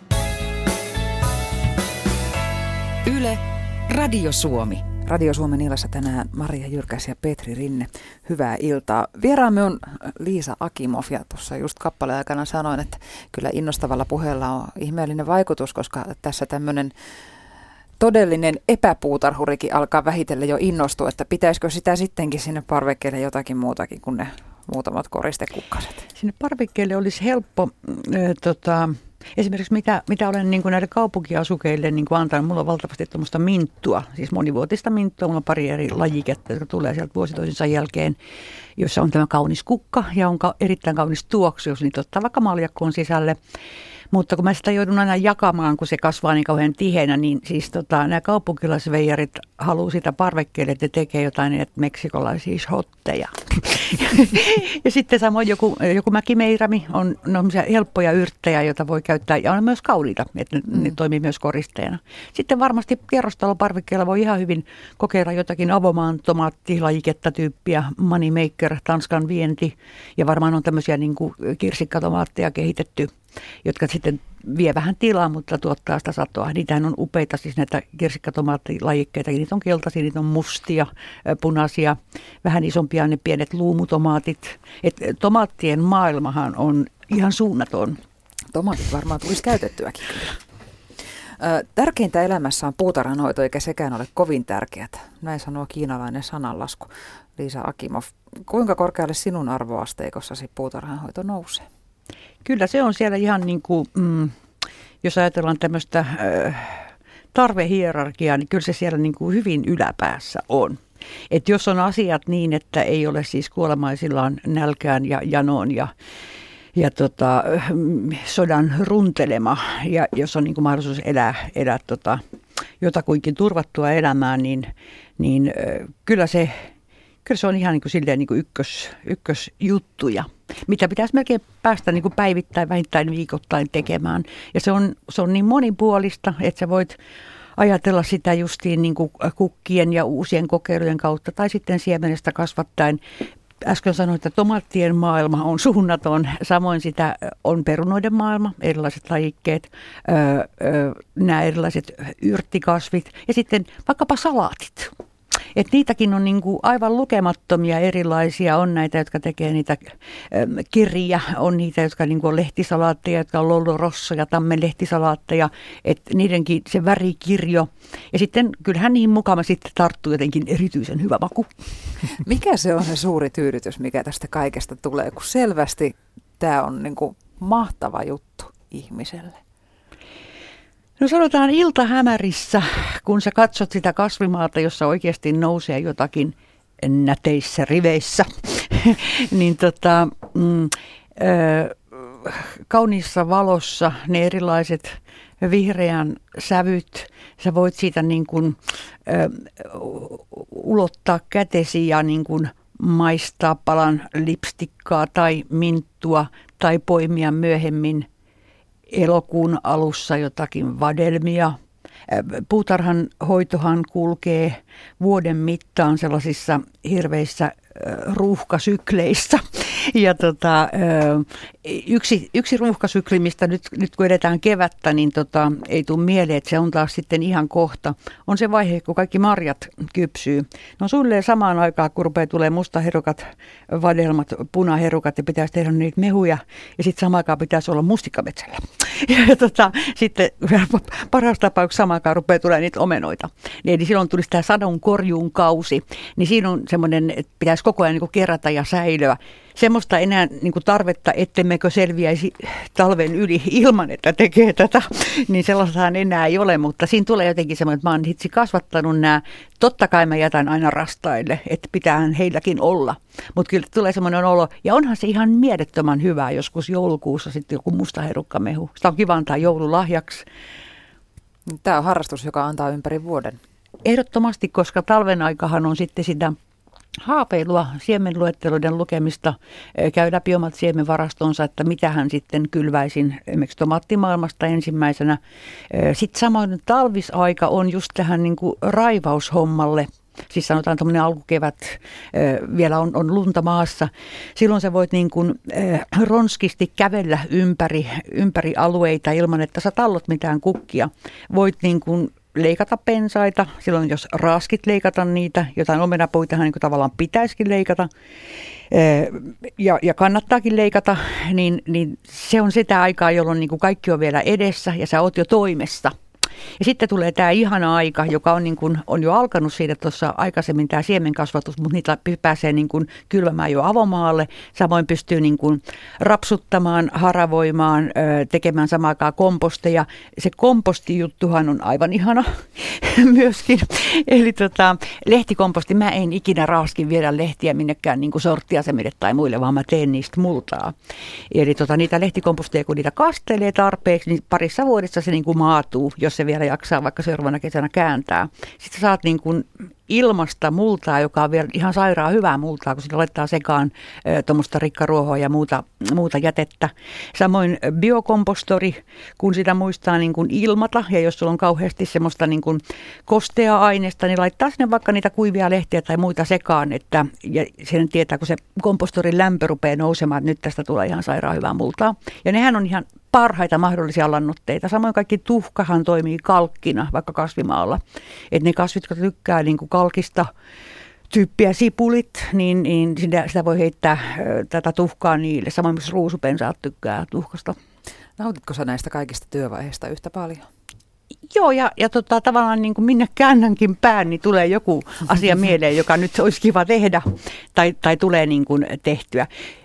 Yle, Radio Suomi. Radio Suomen illassa tänään Maria Jyrkäs ja Petri Rinne. Hyvää iltaa. Vieraamme on Liisa Akimov, ja tuossa just kappaleen aikana sanoin, että kyllä innostavalla puheella on ihmeellinen vaikutus, koska tässä tämmöinen todellinen epäpuutarhurikin alkaa vähitellen jo innostua, että pitäisikö sitä sittenkin sinne parvekkeelle jotakin muutakin kuin ne muutamat koristekukkaset. Sinne parvekkeelle olisi helppo Esimerkiksi mitä olen niin kuin näille kaupunkiasukeille niin kuin antanut, mulla on valtavasti tuommoista minttua, siis monivuotista minttua, mulla on pari eri lajiketta, jotka tulee sieltä vuosi toisensa jälkeen, jossa on tämä kaunis kukka ja on erittäin kaunis tuoksu, jos niitä ottaa vaikka maljakkoon sisälle. Mutta kun mä sitä joudun aina jakamaan, kun se kasvaa niin kauhean tiheänä, niin siis nämä kaupunkilaisveijarit haluaa sitä parvekkeelle, että tekee jotain niin, että meksikolaisia shotteja. Ja sitten samoin joku mäkimeirami on helppoja yrttejä, joita voi käyttää ja on myös kauniita, että ne toimii myös koristeena. Sitten varmasti kerrostaloparvekkeella voi ihan hyvin kokeilla jotakin avomaan tomaattilajiketta tyyppiä, moneymaker, Tanskan vienti ja varmaan on tämmöisiä niin kuin kirsikkatomaatteja kehitetty, jotka sitten vie vähän tilaa, mutta tuottaa sitä satoa. Niitähän on upeita, siis näitä kirsikkatomaattilajikkeita. Niitä on keltaisia, niitä on mustia, punaisia, vähän isompia ne pienet luumutomaatit. Tomaattien maailmahan on ihan suunnaton. Tomaatit varmaan tulisi käytettyäkin kyllä. Tärkeintä elämässä on puutarhanhoito, eikä sekään ole kovin tärkeää. Näin sanoo kiinalainen sananlasku. Liisa Akimov, kuinka korkealle sinun arvoasteikossasi puutarhanhoito nousee? Kyllä se on siellä ihan niin kuin, jos ajatellaan tämmöistä tarvehierarkiaa, niin kyllä se siellä niin kuin hyvin yläpäässä on. Että jos on asiat niin, että ei ole siis kuolemaisillaan nälkään ja janoon ja sodan runtelema, ja jos on niin kuin mahdollisuus elää jotakuinkin turvattua elämää, niin kyllä se on ihan niin kuin silleen niin kuin ykkösjuttuja, mitä pitäisi melkein päästä niin kuin päivittäin, vähintään viikoittain tekemään. Ja se on niin monipuolista, että sä voit ajatella sitä justiin niin kuin kukkien ja uusien kokeilujen kautta tai sitten siemenestä kasvattaen. Äsken sanoin, että tomaattien maailma on suunnaton, samoin sitä on perunoiden maailma, erilaiset lajikkeet, nämä erilaiset yrttikasvit ja sitten vaikkapa salaatit. Että niitäkin on niinku aivan lukemattomia erilaisia. On näitä, jotka tekee niitä kirjaa, on niitä, jotka niinku on lehtisalaatteja, jotka on lollorossoja, tammen lehtisalaatteja. Että niidenkin se värikirjo. Ja sitten kyllähän niihin mukana sitten tarttuu jotenkin erityisen hyvä maku. Mikä se on se suuri tyydytys, mikä tästä kaikesta tulee? Kun selvästi tämä on niinku mahtava juttu ihmiselle. No sanotaan iltahämärissä, kun sä katsot sitä kasvimaata, jossa oikeasti nousee jotakin näteissä riveissä, niin kauniissa valossa ne erilaiset vihreän sävyt, sä voit siitä niin kuin, ulottaa kätesi ja niin kuin maistaa palan lipstikkaa tai minttua tai poimia myöhemmin elokuun alussa jotakin vadelmia. Puutarhan hoitohan kulkee vuoden mittaan sellaisissa hirveissä ruuhkasykleissä. Ja yksi ruuhkasykli, mistä nyt kun edetään kevättä, niin ei tule mieleen, että se on taas sitten ihan kohta. On se vaihe, kun kaikki marjat kypsyy. No suunnilleen samaan aikaan, kun rupeaa tulee mustaherukat, vadelmat, punaherukat ja pitäisi tehdä niitä mehuja. Ja sitten samaan aikaan pitäisi olla mustikkametsällä. Ja sitten parhaassa tapauksessa samaan aikaan rupeaa tulemaan niitä omenoita. Eli silloin tulisi tämä sadon korjuun kausi. Niin siinä on semmoinen, että pitäisi koko ajan niin kuin kerätä ja säilyä. Semmoista enää niin kuin tarvetta, ettemmekö selviäisi talven yli ilman, että tekee tätä, niin sellaistahan enää ei ole, mutta siinä tulee jotenkin semmoinen, että mä oon hitsi kasvattanut nämä. Totta kai mä jätän aina rastaille, että pitäähän heilläkin olla, mutta kyllä tulee semmoinen olo, ja onhan se ihan mielettömän hyvää joskus joulukuussa sitten joku mustaherukkamehu. Sitä on kiva antaa joululahjaksi. Tämä on harrastus, joka antaa ympäri vuoden. Ehdottomasti, koska talven aikahan on sitten sitä haapeilua, siemenluetteloiden lukemista, käy läpi omat siemenvarastonsa, että mitähän sitten kylväisin esimerkiksi tomaattimaailmasta ensimmäisenä. Sitten samoin talvisaika on just tähän niin kuin raivaushommalle. Siis sanotaan tämmöinen alkukevät, vielä on lunta maassa. Silloin sä voit niin kuin ronskisti kävellä ympäri alueita ilman, että sä tallot mitään kukkia. Voit niin kuin leikata pensaita, silloin jos raaskit leikata niitä, jotain omenapuitahan niin kuin tavallaan pitäisikin leikata ja kannattaakin leikata, niin se on sitä aikaa, jolloin niin kuin kaikki on vielä edessä ja sä oot jo toimessa. Ja sitten tulee tämä ihana aika, joka on, niin kuin, on jo alkanut siitä tuossa aikaisemmin tämä siemenkasvatus, mutta niitä pääsee niin kuin kylvämään jo avomaalle. Samoin pystyy niin kuin rapsuttamaan, haravoimaan, tekemään samaan aikaan komposteja. Se kompostijuttuhan on aivan ihana myöskin. Eli lehtikomposti, mä en ikinä raaskin viedä lehtiä minnekään niin kuin sorttiasemille tai muille, vaan mä teen niistä multaa. Eli niitä lehtikomposteja, kun niitä kastelee tarpeeksi, niin parissa vuodessa se niin kuin maatuu, jos se vielä jaksaa vaikka seuraavana kesänä kääntää. Sitten saat niin kuin ilmasta multaa, joka on vielä ihan sairaan hyvää multaa, kun sillä laittaa sekaan tuommoista rikkaruohoa ja muuta jätettä. Samoin biokompostori, kun sitä muistaa niin kuin ilmata, ja jos sulla on kauheasti semmoista niin kuin kosteaa aineesta, niin laittaa sinne vaikka niitä kuivia lehtiä tai muita sekaan, ja sen tietää, kun se kompostorin lämpö rupeaa nousemaan, että nyt tästä tulee ihan sairaan hyvää multaa. Ja nehän on ihan parhaita mahdollisia lannoitteita. Samoin kaikki tuhkahan toimii kalkkina, vaikka kasvimaalla. Että ne kasvit, jotka tykkää niin kuin kalkista tyyppiä sipulit, niin sitä voi heittää tätä tuhkaa niille. Samoin myös ruusupensaat tykkää tuhkasta. Nautitko sä näistä kaikista työvaiheista yhtä paljon? Joo, ja tavallaan niin kuin minne käännänkin pään, niin tulee joku asia mieleen, joka nyt olisi kiva tehdä tai tulee niin kuin tehtyä.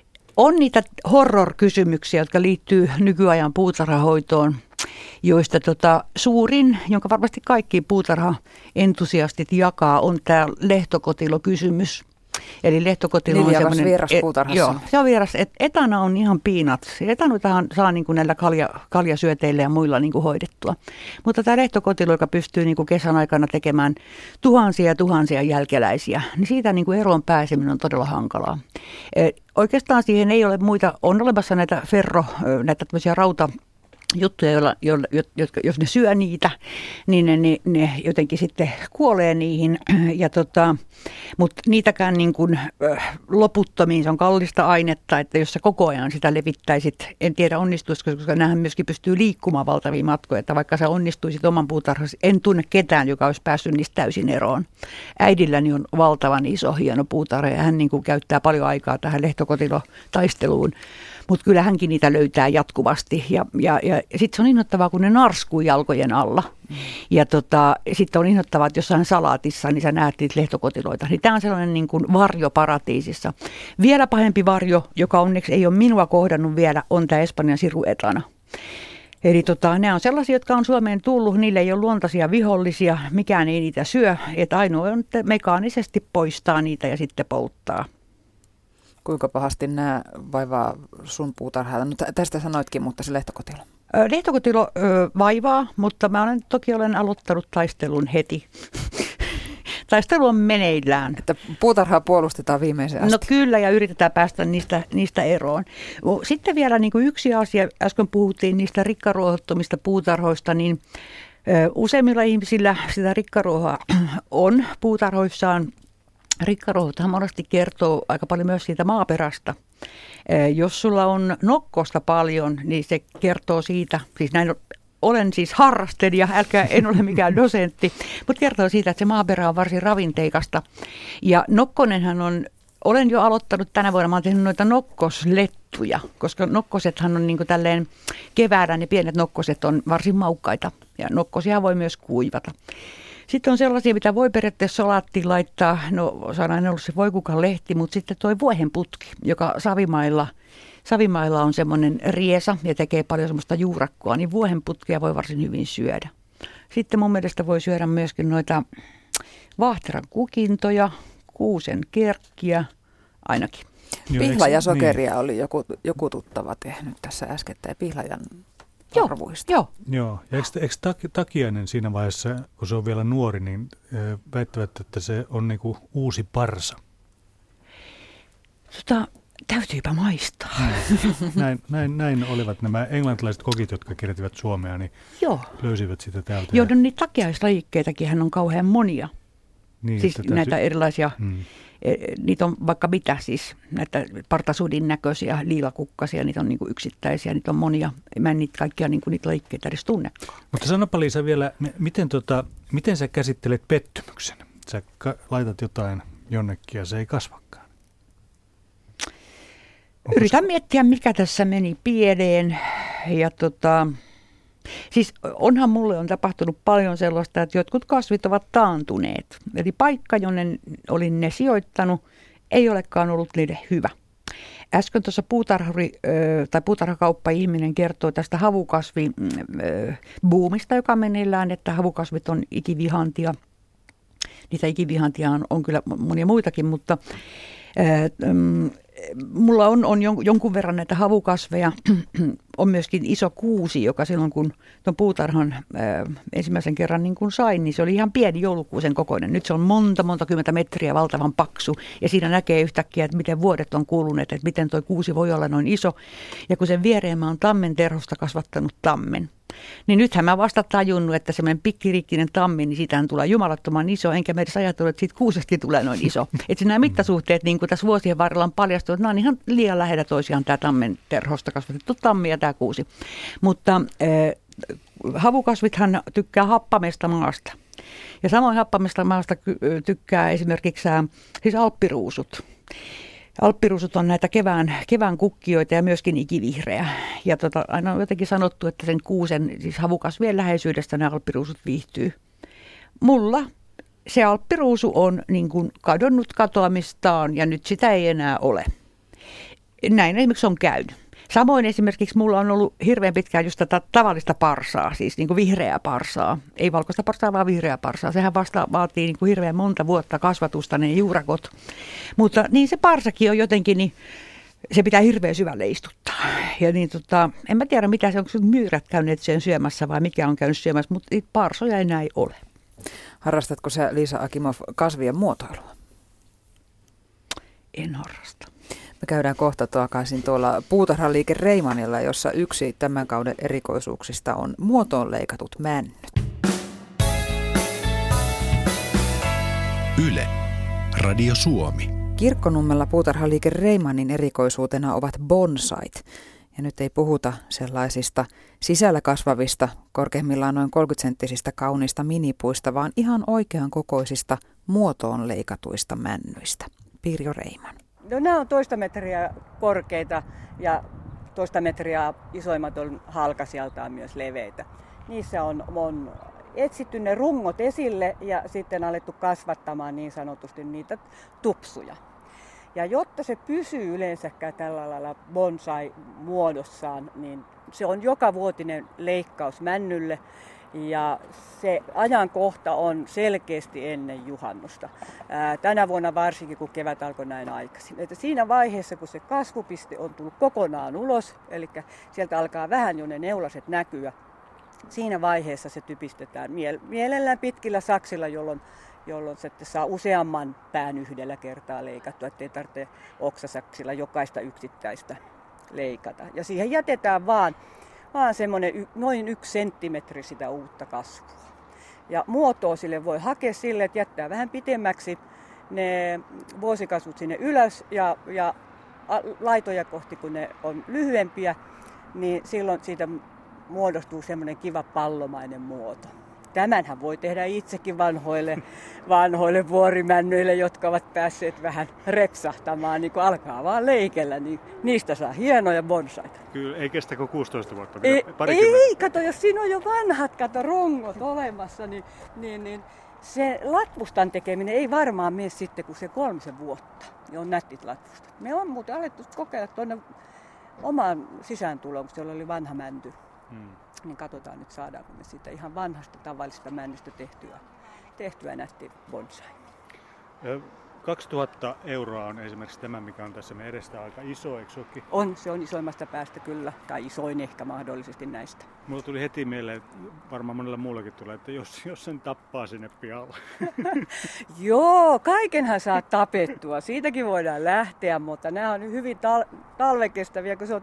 On niitä horror-kysymyksiä, jotka liittyy nykyajan puutarhahoitoon, joista suurin, jonka varmasti kaikki puutarha-entusiastit jakaa, on tämä lehtokotilokysymys. Eli lehtokotilo on semmoinen... vieras puutarhassa. Joo, se on vieras. Etana on ihan peanuts. Etanoitahan saa niin kuin näillä kaljasyöteillä ja muilla niin kuin hoidettua. Mutta tämä lehtokotilo, joka pystyy niin kuin kesän aikana tekemään tuhansia ja tuhansia jälkeläisiä, niin siitä niin kuin eroon pääseminen on todella hankalaa. Oikeastaan siihen ei ole muita, on olemassa näitä näitä tämmöisiä juttuja, jos ne syö niitä, niin ne jotenkin sitten kuolee niihin. Mutta niitäkään niin kuin loputtomiin, se on kallista ainetta, että jos sä koko ajan sitä levittäisit, en tiedä onnistuisiko, koska näähän myöskin pystyy liikkumaan valtavia matkoja, että vaikka sä onnistuisit oman puutarhasi, en tunne ketään, joka olisi päässyt niistä täysin eroon. Äidilläni on valtavan iso, hieno puutarha ja hän niin kuin käyttää paljon aikaa tähän lehtokotilo-taisteluun. Mutta kyllä hänkin niitä löytää jatkuvasti ja sitten se on innoittavaa, kun ne narskuu jalkojen alla. Ja sitten on innoittavaa, että jossain salaatissa niin sä näet niitä lehtokotiloita. Niin tämä on sellainen niin kuin varjo paratiisissa. Vielä pahempi varjo, joka onneksi ei ole minua kohdannut vielä, on tämä Espanjan siruetana. Eli nämä on sellaisia, jotka on Suomeen tullut, niille ei ole luontaisia vihollisia, mikään ei niitä syö. Että ainoa on, että mekaanisesti poistaa niitä ja sitten polttaa. Kuinka pahasti nämä vaivaa sun puutarhaa? No, tästä sanoitkin, mutta se lehtokotilo. Lehtokotilo vaivaa, mutta mä toki olen aloittanut taistelun heti. Taistelu on meneillään. Että puutarhaa puolustetaan viimeiseen asti. No kyllä, ja yritetään päästä niistä eroon. Sitten vielä niin kuin yksi asia, äsken puhuttiin niistä rikkaruohottomista puutarhoista, niin useimmilla ihmisillä sitä rikkaruohoa on puutarhoissaan. Rikkaruohothan monesti kertoo aika paljon myös siitä maaperästä. Jos sulla on nokkosta paljon, niin se kertoo siitä, siis olen siis harrastelija, en ole mikään dosentti, mutta kertoo siitä, että se maaperä on varsin ravinteikasta. Ja nokkonenhan olen jo aloittanut tänä vuonna, mä oon tehnyt noita nokkoslettuja, koska nokkosethan on niin kuin tälleen keväällä, ne pienet nokkoset on varsin maukkaita ja nokkosia voi myös kuivata. Sitten on sellaisia, mitä voi periaatteessa salaattiin laittaa, no saadaan ollut se voikukan lehti, mutta sitten tuo vuohenputki, joka Savimailla on semmoinen riesa ja tekee paljon semmoista juurakkoa, niin vuohenputkia voi varsin hyvin syödä. Sitten mun mielestä voi syödä myöskin noita vaahteran kukintoja, kuusen kerkkiä, ainakin. Pihlajasokeria oli joku tuttava tehnyt tässä äskettäin, pihlajan arvuista. Joo. Ja eikö Takiainen siinä vaiheessa, kun se on vielä nuori, niin väittävät, että se on niinku uusi parsa? Täytyypä maistaa. Näin olivat nämä englantilaiset kokit, jotka kirjoittivat Suomea, niin löysivät sitä täältä. Joo, no niitä takiaislajikkeitakin on kauhean monia. Niin, siis näitä erilaisia, niitä on vaikka mitä siis, näitä partasudin näköisiä liilakukkasia, niitä on niinku yksittäisiä, niitä on monia. Mä en niitä kaikkia niinku niitä lajikkeita edes tunne. Mutta sanoppa Liisa vielä, miten sä käsittelet pettymyksen? Sä laitat jotain jonnekin ja se ei kasvakaan. Yritän miettiä, mikä tässä meni pieleen. Ja Siis onhan mulle on tapahtunut paljon sellaista, että jotkut kasvit ovat taantuneet. Eli paikka, jonne olin ne sijoittanut, ei olekaan ollut niille hyvä. Äsken tuossa puutarhakauppa-ihminen kertoi tästä havukasvibuumista, joka meneillään, että havukasvit on ikivihantia. Niitä ikivihantia on kyllä monia muitakin, mutta mulla on jonkun verran näitä havukasveja. On myöskin iso kuusi, joka silloin kun tuon puutarhan ensimmäisen kerran niin kun sain, niin se oli ihan pieni joulukuusen kokoinen. Nyt se on monta kymmentä metriä, valtavan paksu. Ja siinä näkee yhtäkkiä, että miten vuodet on kuluneet, että miten tuo kuusi voi olla noin iso. Ja kun sen viereen mä oon tammen terhosta kasvattanut tammen, niin nythän mä vasta tajunnut, että semmoinen pikkiriikkinen tammi, niin siitähän tulee jumalattoman iso, enkä mä edes ajatellut, että siitä kuusesta tulee noin iso. Että nämä mittasuhteet, niin kuin tässä vuosien varrella on paljastunut, että nämä on ihan liian lähellä toisiaan, tämä tammen terhosta kasvatettu tammi ja tämä kuusi. Mutta havukasvithan tykkää happamesta maasta. Ja samoin happamesta maasta tykkää esimerkiksi siis alppiruusut. Alppiruusut on näitä kevään kukkijoita ja myöskin ikivihreä. Ja aina on jotenkin sanottu, että sen kuusen, siis havukasvien läheisyydestä ne alppiruusut viihtyy. Mulla se alppiruusu on niin kuin kadonnut katoamistaan ja nyt sitä ei enää ole. Näin esimerkiksi on käynyt. Samoin esimerkiksi mulla on ollut hirveän pitkään just tätä tavallista parsaa, siis niin kuin vihreää parsaa. Ei valkoista parsaa, vaan vihreää parsaa. Sehän vasta vaatii niin kuin hirveän monta vuotta kasvatusta, ne juurakot. Mutta niin se parsakin on jotenkin, niin se pitää hirveän syvälle istuttaa. Ja niin en mä tiedä mitä se on, onko myyrät käyneet sen syömässä vai mikä on käynyt syömässä, mutta parsoja enää ei ole. Harrastatko sä, Liisa Akimov, kasvien muotoilua? En harrasta. Me käydään kohta takaisin tuolla Puutarhaliike Reimanilla, jossa yksi tämän kauden erikoisuuksista on muotoon leikatut männyt. Yle, Radio Suomi. Kirkkonummella Puutarhaliike Reimanin erikoisuutena ovat bonsait. Ja nyt ei puhuta sellaisista sisällä kasvavista, korkeimmillaan noin 30-senttisistä kauniista minipuista, vaan ihan oikean kokoisista muotoon leikatuista männyistä. Pirjo Reiman. No, nämä on 1 metriä korkeita ja 1 metriä isoimmat on halkasijaltaan myös leveitä. Niissä on etsitty ne rungot esille ja sitten alettu kasvattamaan niin sanotusti niitä tupsuja. Ja jotta se pysyy yleensäkään tällä lailla bonsai-muodossaan, niin se on jokavuotinen leikkaus männylle. Ja se ajankohta on selkeästi ennen juhannusta. Tänä vuonna varsinkin, kun kevät alkoi näin aikaisin. Että siinä vaiheessa, kun se kasvupiste on tullut kokonaan ulos, eli sieltä alkaa vähän jo ne neulaset näkyä, siinä vaiheessa se typistetään mielellään pitkillä saksilla, jolloin se saa useamman pään yhdellä kertaa leikattua, ettei tarvitse oksasaksilla jokaista yksittäistä leikata. Ja siihen jätetään vaan semmoinen noin 1 senttimetri sitä uutta kasvua. Ja muotoa sille voi hakea sille, että jättää vähän pitemmäksi ne vuosikasvut sinne ylös ja laitoja kohti, kun ne on lyhyempiä, niin silloin siitä muodostuu semmoinen kiva pallomainen muoto. Tämänhän voi tehdä itsekin vanhoille vuorimännyille, jotka ovat päässeet vähän repsahtamaan, niin kun alkaa vaan leikellä, niin niistä saa hienoja bonsaita. Kyllä, ei kestä kuin 16 vuotta. Ei, kato, jos siinä on jo vanhat rungot olemassa, niin se latvustan tekeminen ei varmaan mene sitten kuin se 3 vuotta. Ne on nättit latvustat. Me on muuten alettu kokeilla tuonne omaan sisääntuloon, kun siellä oli vanha mänty. Niin katsotaan nyt, saadaanko me siitä ihan vanhasta tavallisesta männystä tehtyä nätti bonsai. 2000 € on esimerkiksi tämä, mikä on tässä meidän edestä aika iso, eikö sekin? Se on isoimmasta päästä kyllä, tai isoin ehkä mahdollisesti näistä. Mulla tuli heti mieleen, varmaan monella muullakin tulee, että jos sen tappaa sinne pihalle. Joo, kaikenhan saa tapettua, siitäkin voidaan lähteä, mutta nämä on hyvin talvekestäviä, kun se on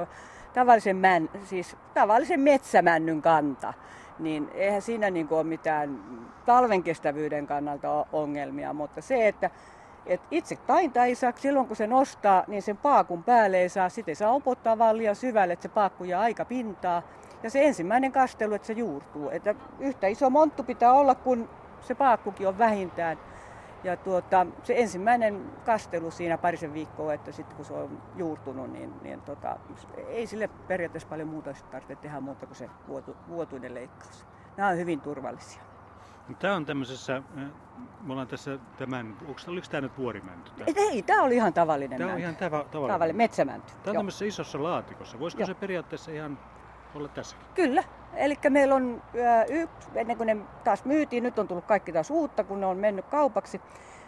tavallisen metsämännyn kanta, niin eihän siinä ole mitään talven kestävyyden kannalta ongelmia, mutta se, että itse tainta ei saa silloin, kun se nostaa, niin sen paakun päälle ei saa, sitten ei saa opottaa vaan liian syvälle, että se paakku jää aika pintaa. Ja se ensimmäinen kastelu, että se juurtuu, että yhtä iso monttu pitää olla, kun se paakkukin on vähintään. Ja se ensimmäinen kastelu siinä parisen viikkoa, että sitten kun se on juurtunut, niin ei sille periaatteessa paljon muuta tarvitse tehdä muuta kuin se vuotuinen leikkaus. Nämä on hyvin turvallisia. Tämä on tämmöisessä, me ollaan tässä oliko tämä nyt vuorimänty? Ei, tämä oli ihan tavallinen mänty. Tämä on ihan tavallinen metsämänty. Tämä on tämmöisessä isossa laatikossa. Voisiko se periaatteessa ihan olla tässäkin? Kyllä. Eli meillä on ennen kuin ne taas myytiin, nyt on tullut kaikki taas uutta, kun ne on mennyt kaupaksi.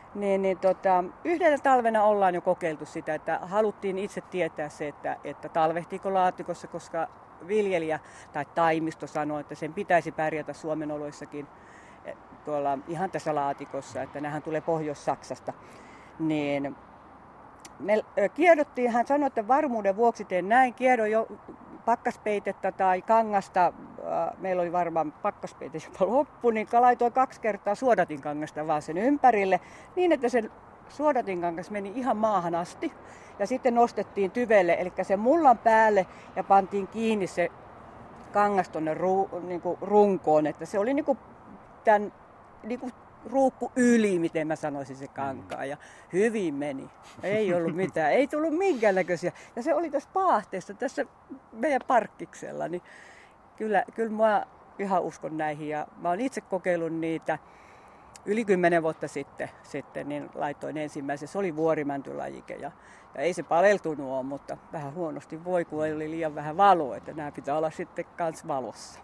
Yhdellä talvena ollaan jo kokeiltu sitä, että haluttiin itse tietää se, että talvehtiiko laatikossa, koska viljelijä tai taimisto sanoi, että sen pitäisi pärjätä Suomen oloissakin tuolla ihan tässä laatikossa, että nämähän tulee Pohjois-Saksasta. Niin me kiedottiin, hän sanoi, että varmuuden vuoksi teen näin, kiedon jo pakkaspeitettä tai kangasta, meillä oli varmaan pakkaspeite jopa loppu, niin laitoin 2 kertaa suodatinkangasta vaan sen ympärille, niin että se suodatinkangas meni ihan maahan asti. Ja sitten nostettiin tyvelle, eli sen mullan päälle ja pantiin kiinni se kangas tuonne runkoon, että se oli tämän ruukku yli, miten mä sanoisin se kankaa, ja hyvin meni. Ei ollut mitään, ei tullut minkäännäköisiä. Ja se oli tässä paahteessa, tässä meidän parkkiksella, niin kyllä mä ihan uskon näihin. Ja mä oon itse kokeillut niitä yli 10 vuotta sitten niin laitoin ensimmäisen. Se oli vuorimäntylajike ja ei se paleltunut ole, mutta vähän huonosti voi, kun oli liian vähän valoa, että nämä pitää olla sitten kans valossa.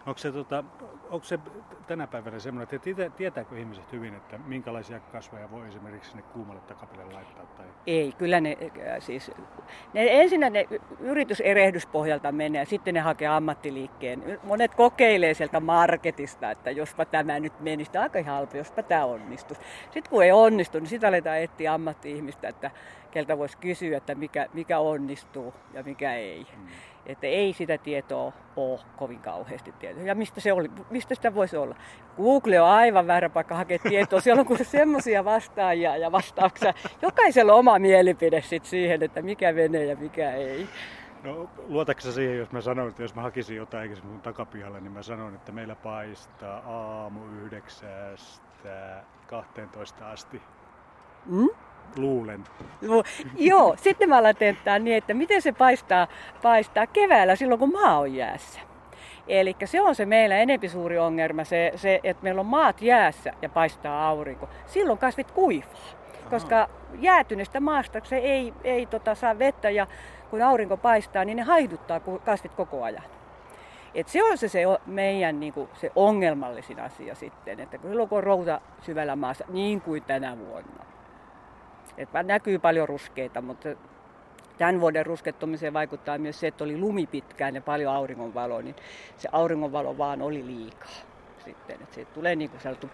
Onko se tänä päivänä semmoinen, että tietääkö ihmiset hyvin, että minkälaisia kasveja voi esimerkiksi sinne kuumalle takapelle laittaa? Tai? Ei, kyllä ne ensin ne yrityserehdyspohjalta menee ja sitten ne hakee ammattiliikkeen. Monet kokeilee sieltä marketista, että jospa tämä nyt menisi, tämä on aika halpa, jospa tämä onnistuisi. Sitten kun ei onnistu, niin sitten aletaan etsiä ammatti-ihmistä, että keltä voisi kysyä, että mikä onnistuu ja mikä ei. Että ei sitä tietoa ole kovin kauheasti tietoa. Ja mistä sitä voisi olla? Google on aivan väärä paikka hakea tietoa. Siellä on semmoisia vastaajia ja vastauksia. Jokaisella on oma mielipide siihen, että mikä menee ja mikä ei. No, luotatko siihen, jos mä sanon, että jos mä hakisin jotain mun takapihalle, niin mä sanon, että meillä paistaa aamu 9:00–12 asti. Luulen. Joo, sitten mä alan tenttää niin, että miten se paistaa keväällä silloin, kun maa on jäässä. Eli se on se meillä enempi suuri ongelma, se, että meillä on maat jäässä ja paistaa aurinko. Silloin kasvit kuivaa, koska jäätyneestä maasta se ei saa vettä ja kun aurinko paistaa, niin ne haihduttaa kasvit koko ajan. Et se on se meidän se ongelmallisin asia sitten, että silloin kun on routa syvällä maassa, niin kuin tänä vuonna. Että näkyy paljon ruskeita, mutta tämän vuoden ruskettumiseen vaikuttaa myös se, että oli lumi pitkään ja paljon auringonvaloa, niin se auringonvalo vaan oli liikaa sitten. Että siitä tulee niin kuin sanottu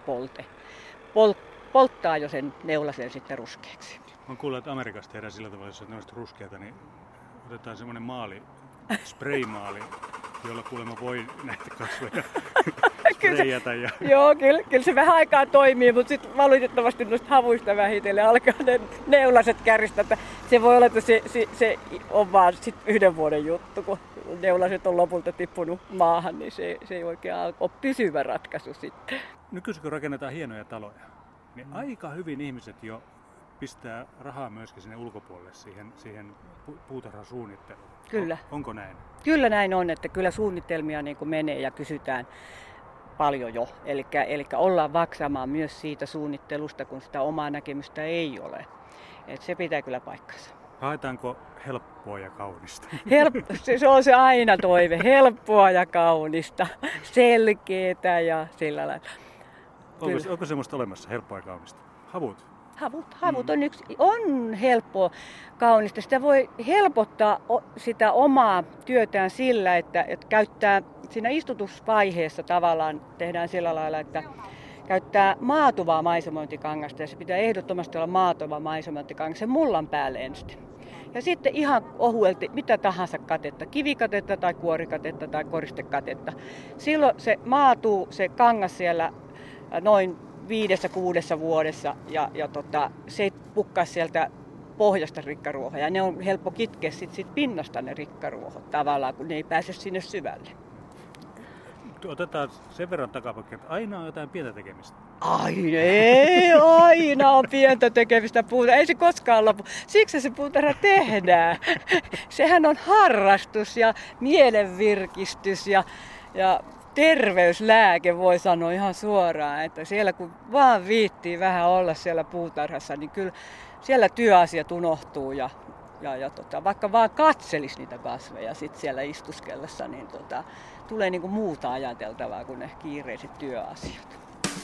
polttaa jo sen neulasen sitten ruskeaksi. Olen kuullut, että Amerikasta tehdään sillä tavalla, jos on tämmöistä ruskeata, niin otetaan semmoinen spraymaali, jolla kuulemma voi näitä kasveja sprayata. Joo, kyllä se vähän aikaa toimii, mutta sitten valitettavasti noista havuista vähitellen alkaa ne neulaset kärjistä. Se voi olla, että se on vaan sit 1 vuoden juttu, kun neulaset on lopulta tippunut maahan, niin se ei oikein ole pysyvä ratkaisu sitten. Nykyisin kun rakennetaan hienoja taloja, niin aika hyvin ihmiset jo pistää rahaa myöskin sinne ulkopuolelle siihen puutarhan suunnitteluun. Kyllä. Onko näin? Kyllä näin on, että kyllä suunnitelmia niin kuin menee ja kysytään paljon jo. Eli ollaan vaksamaan myös siitä suunnittelusta, kun sitä omaa näkemystä ei ole. Et se pitää kyllä paikkansa. Haetaanko helppoa ja kaunista? Se on se aina toive. Helppoa ja kaunista. Selkeetä ja sillä lailla. Onko semmoista olemassa helppoa ja kaunista? Havut? Havut on helppoa kaunista. Sitä voi helpottaa sitä omaa työtään sillä, että käyttää siinä istutusvaiheessa tavallaan tehdään sillä lailla, että käyttää maatuvaa maisemointikangasta ja se pitää ehdottomasti olla maatuva maisemointikangasta sen mullan päälle ensin. Ja sitten ihan ohuelti mitä tahansa katetta, kivikatetta tai kuorikatetta tai koristekatetta. Silloin se maatuu se kangas siellä noin 5-6 vuodessa ja se ei pukkaa sieltä pohjasta rikkaruohoa ja ne on helppo kitkeä sit pinnasta ne rikkaruohot tavallaan, kun ne ei pääse sinne syvälle. Otetaan sen verran takapaikkaan, että aina on jotain pientä tekemistä. Aina on pientä tekemistä puutarhaa. Ei se koskaan lopu. Siksi se puutarha tehdään. Sehän on harrastus ja mielenvirkistys ja terveyslääke, voi sanoa ihan suoraan. Että siellä kun vaan viittii vähän olla siellä puutarhassa, niin kyllä siellä työasiat unohtuu ja vaikka vaan katselisi niitä kasveja sit siellä istuskellessa, niin tulee niinku muuta ajateltavaa kuin ne kiireiset työasiat.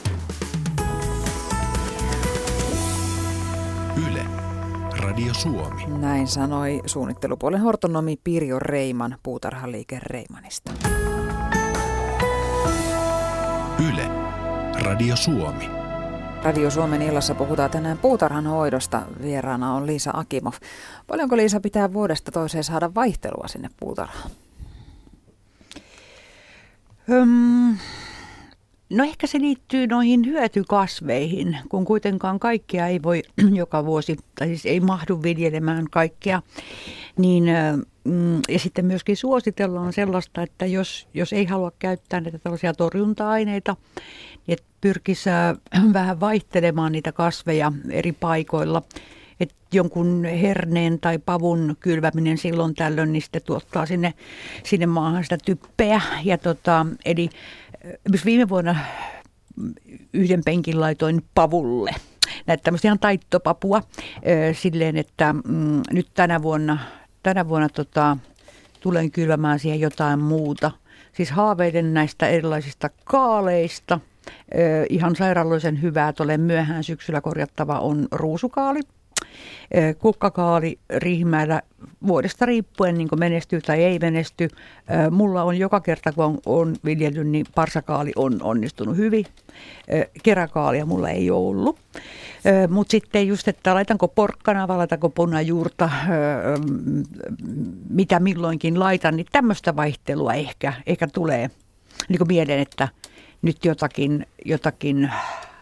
Yle, Radio Suomi. Näin sanoi suunnittelupuolen hortonomi Pirjo Reiman puutarhaliike Reimanista. Yle, Radio Suomi. Radio Suomen illassa puhutaan tänään puutarhan hoidosta. Vieraana on Liisa Akimov. Paljonko, Liisa, pitää vuodesta toiseen saada vaihtelua sinne puutarhaan? No ehkä se liittyy noihin hyötykasveihin, kun kuitenkaan kaikkia ei voi joka vuosi, tai siis ei mahdu viljelemään kaikkea. Niin, ja sitten myöskin suositellaan sellaista, että jos ei halua käyttää näitä tällaisia torjunta-aineita, niin että pyrkisi vähän vaihtelemaan niitä kasveja eri paikoilla. Että jonkun herneen tai pavun kylväminen silloin tällöin, niin sitten tuottaa sinne maahan sitä typpeä. Ja eli viime vuonna yhden penkin laitoin pavulle. Näitä tämmöistä ihan taittopapua silleen, että nyt tänä vuonna tulen kylvämään siihen jotain muuta. Siis haaveiden näistä erilaisista kaaleista. Ihan sairaaloisen hyvää tuolle myöhään syksyllä korjattava on ruusukaali. Kukkakaali Riihimäellä vuodesta riippuen niin menestyy tai ei menesty. Mulla on joka kerta, kun on viljellyt, niin parsakaali on onnistunut hyvin. Keräkaalia mulla ei ole ollut. Mutta sitten just, että laitanko porkkanaa vai laitanko punajuurta, mitä milloinkin laitan, niin tämmöistä vaihtelua ehkä tulee niin mieleen, että nyt jotakin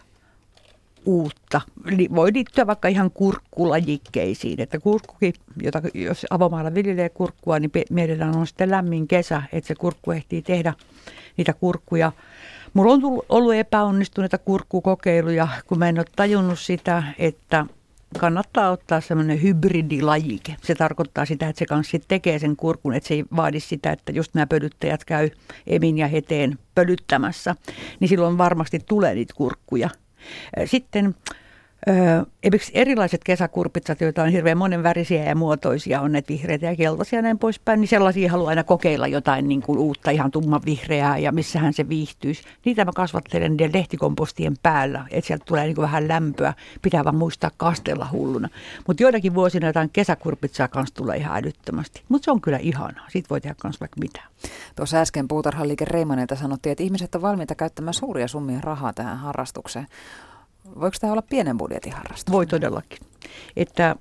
uutta. Voi liittyä vaikka ihan kurkkulajikkeisiin, että kurkkukin, jos avomaalla viljelee kurkkua, niin mielellään on sitten lämmin kesä, että se kurkku ehtii tehdä niitä kurkkuja. Mulla on ollut epäonnistuneita kurkkukokeiluja, kun mä en ole tajunnut sitä, että kannattaa ottaa semmoinen hybridilajike. Se tarkoittaa sitä, että se kanssa tekee sen kurkun, että se ei vaadi sitä, että just nämä pölyttäjät käy emin ja heteen pölyttämässä, niin silloin varmasti tulee niitä kurkkuja. Sitten esimerkiksi erilaiset kesäkurpitsat, joita on hirveän monenvärisiä ja muotoisia, on näitä vihreitä ja keltaisia ja näin poispäin, niin sellaisia haluaa aina kokeilla jotain niin kuin uutta, ihan tumman vihreää ja missähän se viihtyisi. Niitä mä kasvattelen niiden lehtikompostien päällä, että sieltä tulee niin kuin vähän lämpöä. Pitää vaan muistaa kastella hulluna. Mutta joidakin vuosina jotain kesäkurpitsaa kanssa tulee ihan älyttömästi. Mutta se on kyllä ihanaa. Siitä voi tehdä kanssa vaikka mitään. Tuossa äsken puutarhaliike Reimanilta sanottiin, että ihmiset on valmiita käyttämään suuria summia rahaa tähän harrastukseen. Voiko tämä olla pienen budjetin harrastus? Voi todellakin. Että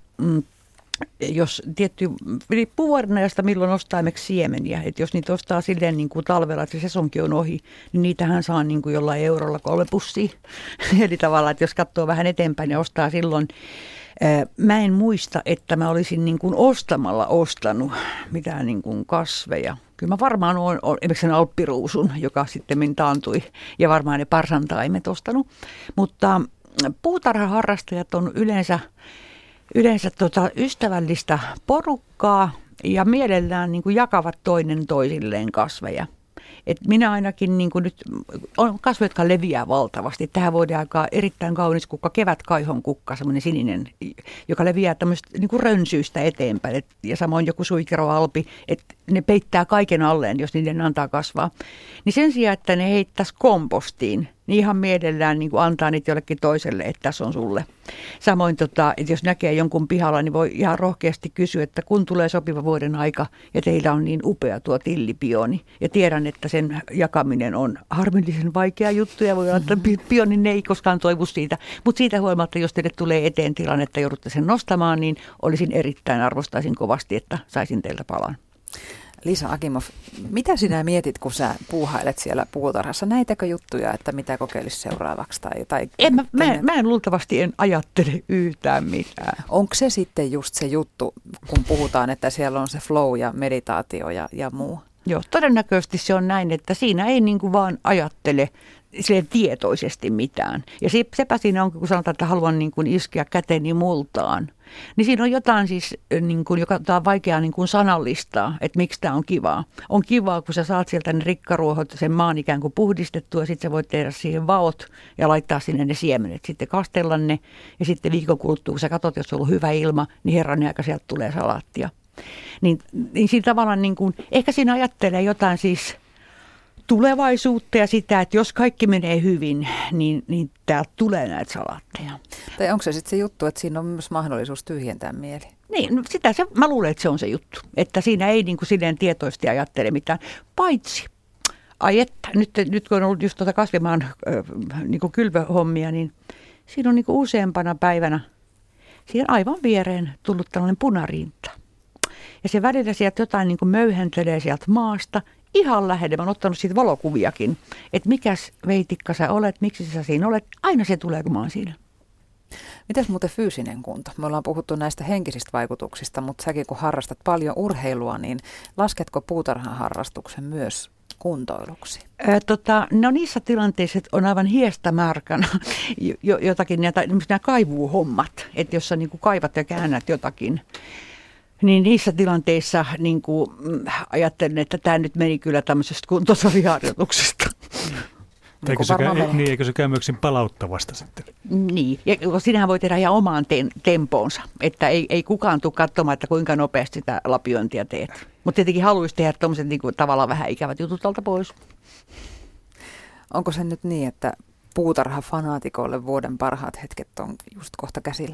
jos tietty, riippuu vuodenajasta milloin ostaa esimerkiksi siemeniä. Että jos niitä ostaa silleen niin kuin talvella, että se sesonki on ohi, niin niitähän saa niin kuin jollain eurolla 3 pussia. Eli tavallaan, että jos katsoo vähän eteenpäin ja ostaa silloin. Mä en muista, että mä olisin niin kuin ostamalla ostanut mitään niin kuin kasveja. Kyllä mä varmaan olen esimerkiksi sen alppiruusun, joka sitten taantui, ja varmaan ne parsantaimet ostanut. Mutta puutarhaharrastajat on yleensä ystävällistä porukkaa ja mielellään niin kuin jakavat toinen toisilleen kasveja. Et minä ainakin niin kuin nyt on kasveja, jotka leviää valtavasti. Tähän voidaan aikaa erittäin kaunis kukka, kevätkaihon kukka, semmoinen sininen, joka leviää tämmöistä niin kuin rönsyistä eteenpäin. Ja samoin joku suikeroalpi, että ne peittää kaiken alleen, jos niiden antaa kasvaa. Niin sen sijaan, että ne heittäisi kompostiin, niin ihan mielellään niin kuin antaa niitä jollekin toiselle, että tässä on sulle. Samoin, että jos näkee jonkun pihalla, niin voi ihan rohkeasti kysyä, että kun tulee sopiva vuoden aika ja teillä on niin upea tuo tillipioni. Ja tiedän, että sen jakaminen on harmillisen vaikea juttu ja voi olla, että pionin ei koskaan toivu siitä. Mutta siitä huolimatta, jos teille tulee eteen tilanne, että joudutte sen nostamaan, niin arvostaisin kovasti, että saisin teiltä palan. Liisa Akimov, mitä sinä mietit, kun sä puuhailet siellä puutarhassa? Näitäkö juttuja, että mitä kokeilisi seuraavaksi? Mä en luultavasti ajattele yhtään mitään. Onko se sitten just se juttu, kun puhutaan, että siellä on se flow ja meditaatio ja muu? Joo, todennäköisesti se on näin, että siinä ei niin kuin vaan ajattele silleen tietoisesti mitään. Ja sepä siinä on, kun sanotaan, että haluan niin kuin iskeä käteni multaan. Niin siinä on jotain siis, niin kuin, joka on vaikea niin kuin sanallistaa, että miksi tämä on kivaa. On kivaa, kun sä saat sieltä ne rikkaruohot, sen maan ikään kuin puhdistettua, ja sitten sä voit tehdä siihen vaot ja laittaa sinne ne siemenet. Sitten kastella ne, ja sitten viikon kuluttua, kun sä katsot, jos on ollut hyvä ilma, niin herranen aika sieltä tulee salaattia. Niin siinä tavallaan, niin kuin, ehkä siinä ajattelee jotain siis tulevaisuutta ja sitä, että jos kaikki menee hyvin, niin täältä tulee näitä salaatteja. Tai onko se sitten se juttu, että siinä on myös mahdollisuus tyhjentää mieli? Niin, no mä luulen, että se on se juttu. Että siinä ei niin kuin silleen tietoisesti ajattele mitään. Paitsi, että nyt kun on ollut just kasvimaan niin kuin kylvöhommia, niin siinä on niin kuin useampana päivänä siihen aivan viereen tullut tällainen punarinta. Ja se välillä sieltä jotain niin kuin möyhentelee sieltä maasta. Ihan lähellä. Mä oon ottanut siitä valokuviakin, että mikäs veitikka sä olet, miksi sä siinä olet. Aina se tulee, kun mä oon siinä. Mitäs muuten fyysinen kunto? Me ollaan puhuttu näistä henkisistä vaikutuksista, mutta säkin kun harrastat paljon urheilua, niin lasketko puutarhan harrastuksen myös kuntoiluksi? No niissä tilanteissa on aivan hiestä märkänä jotakin, nämä kaivuuhommat, että jos sä niin kuin kaivat ja käännät jotakin, niin niissä tilanteissa niin kuin ajattelen, että tämä nyt meni kyllä tämmöisestä kuntosaliharjoituksesta. Eikö se käy myöskin palauttavasta sitten? Niin, ja sinähän voi tehdä ihan omaan tempoonsa, että ei kukaan tule katsomaan, että kuinka nopeasti sitä lapiointia teet. Mutta tietenkin haluaisi tehdä tuommoiset niin kuin tavallaan vähän ikävät jutut alta pois. Onko se nyt niin, että puutarhafanaatikoille vuoden parhaat hetket on just kohta käsillä?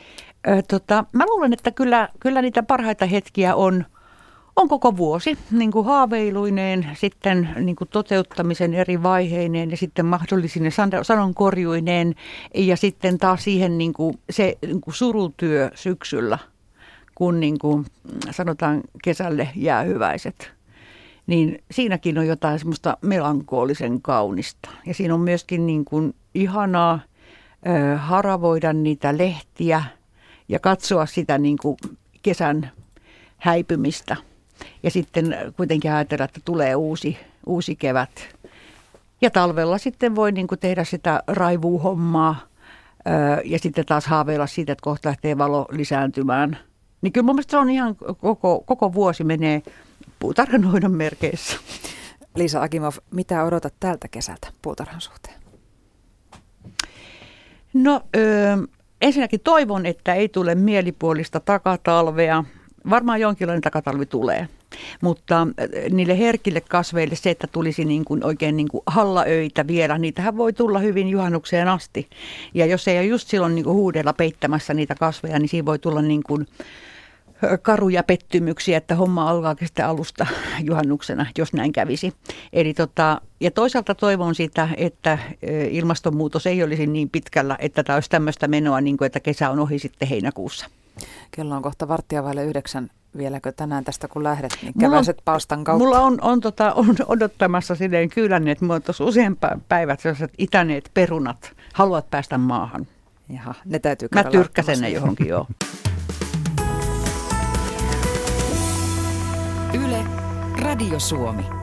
Mä luulen, että kyllä niitä parhaita hetkiä on koko vuosi, niin kuin haaveiluineen, sitten niin kuin toteuttamisen eri vaiheineen ja sitten mahdollisine sanonkorjuineen ja sitten taas siihen niin kuin se niin kuin surutyö syksyllä, kun niin kuin sanotaan kesälle jää hyväiset. Niin siinäkin on jotain semmoista melankolisen kaunista ja siinä on myöskin niin kuin ihanaa haravoida niitä lehtiä ja katsoa sitä niin kuin kesän häipymistä. Ja sitten kuitenkin ajatella, että tulee uusi kevät. Ja talvella sitten voi niin kuin tehdä sitä raivuuhommaa ja sitten taas haaveilla siitä, että kohta lähtee valo lisääntymään. Niin kyllä mun mielestä se on ihan koko vuosi menee puutarhanhoidon merkeissä. Liisa Akimov, mitä odotat tältä kesältä puutarhan suhteen? No ensinnäkin toivon, että ei tule mielipuolista takatalvea. Varmaan jonkinlainen takatalvi tulee, mutta niille herkille kasveille se, että tulisi niin kuin oikein niin kuin hallaöitä vielä, niitähän voi tulla hyvin juhannukseen asti. Ja jos ei ole just silloin niin kuin huudella peittämässä niitä kasveja, niin siinä voi tulla niin kuin karuja pettymyksiä, että homma alkaakin sitten alusta juhannuksena, jos näin kävisi. Eli ja toisaalta toivon sitä, että ilmastonmuutos ei olisi niin pitkällä, että tämä olisi tämmöistä menoa, niin kuin että kesä on ohi sitten heinäkuussa. Kello on kohta 8:15. Vieläkö tänään tästä kun lähdet, niin käväiset palstan kautta? Mulla on odottamassa silleen kyylänneet mua tuossa useampaan päivät sellaiset itäneet perunat. Haluat päästä maahan. Jaha, ne täytyy käydä. Mä tyrkkäsen ne johonkin, joo. Yle, Radio Suomi.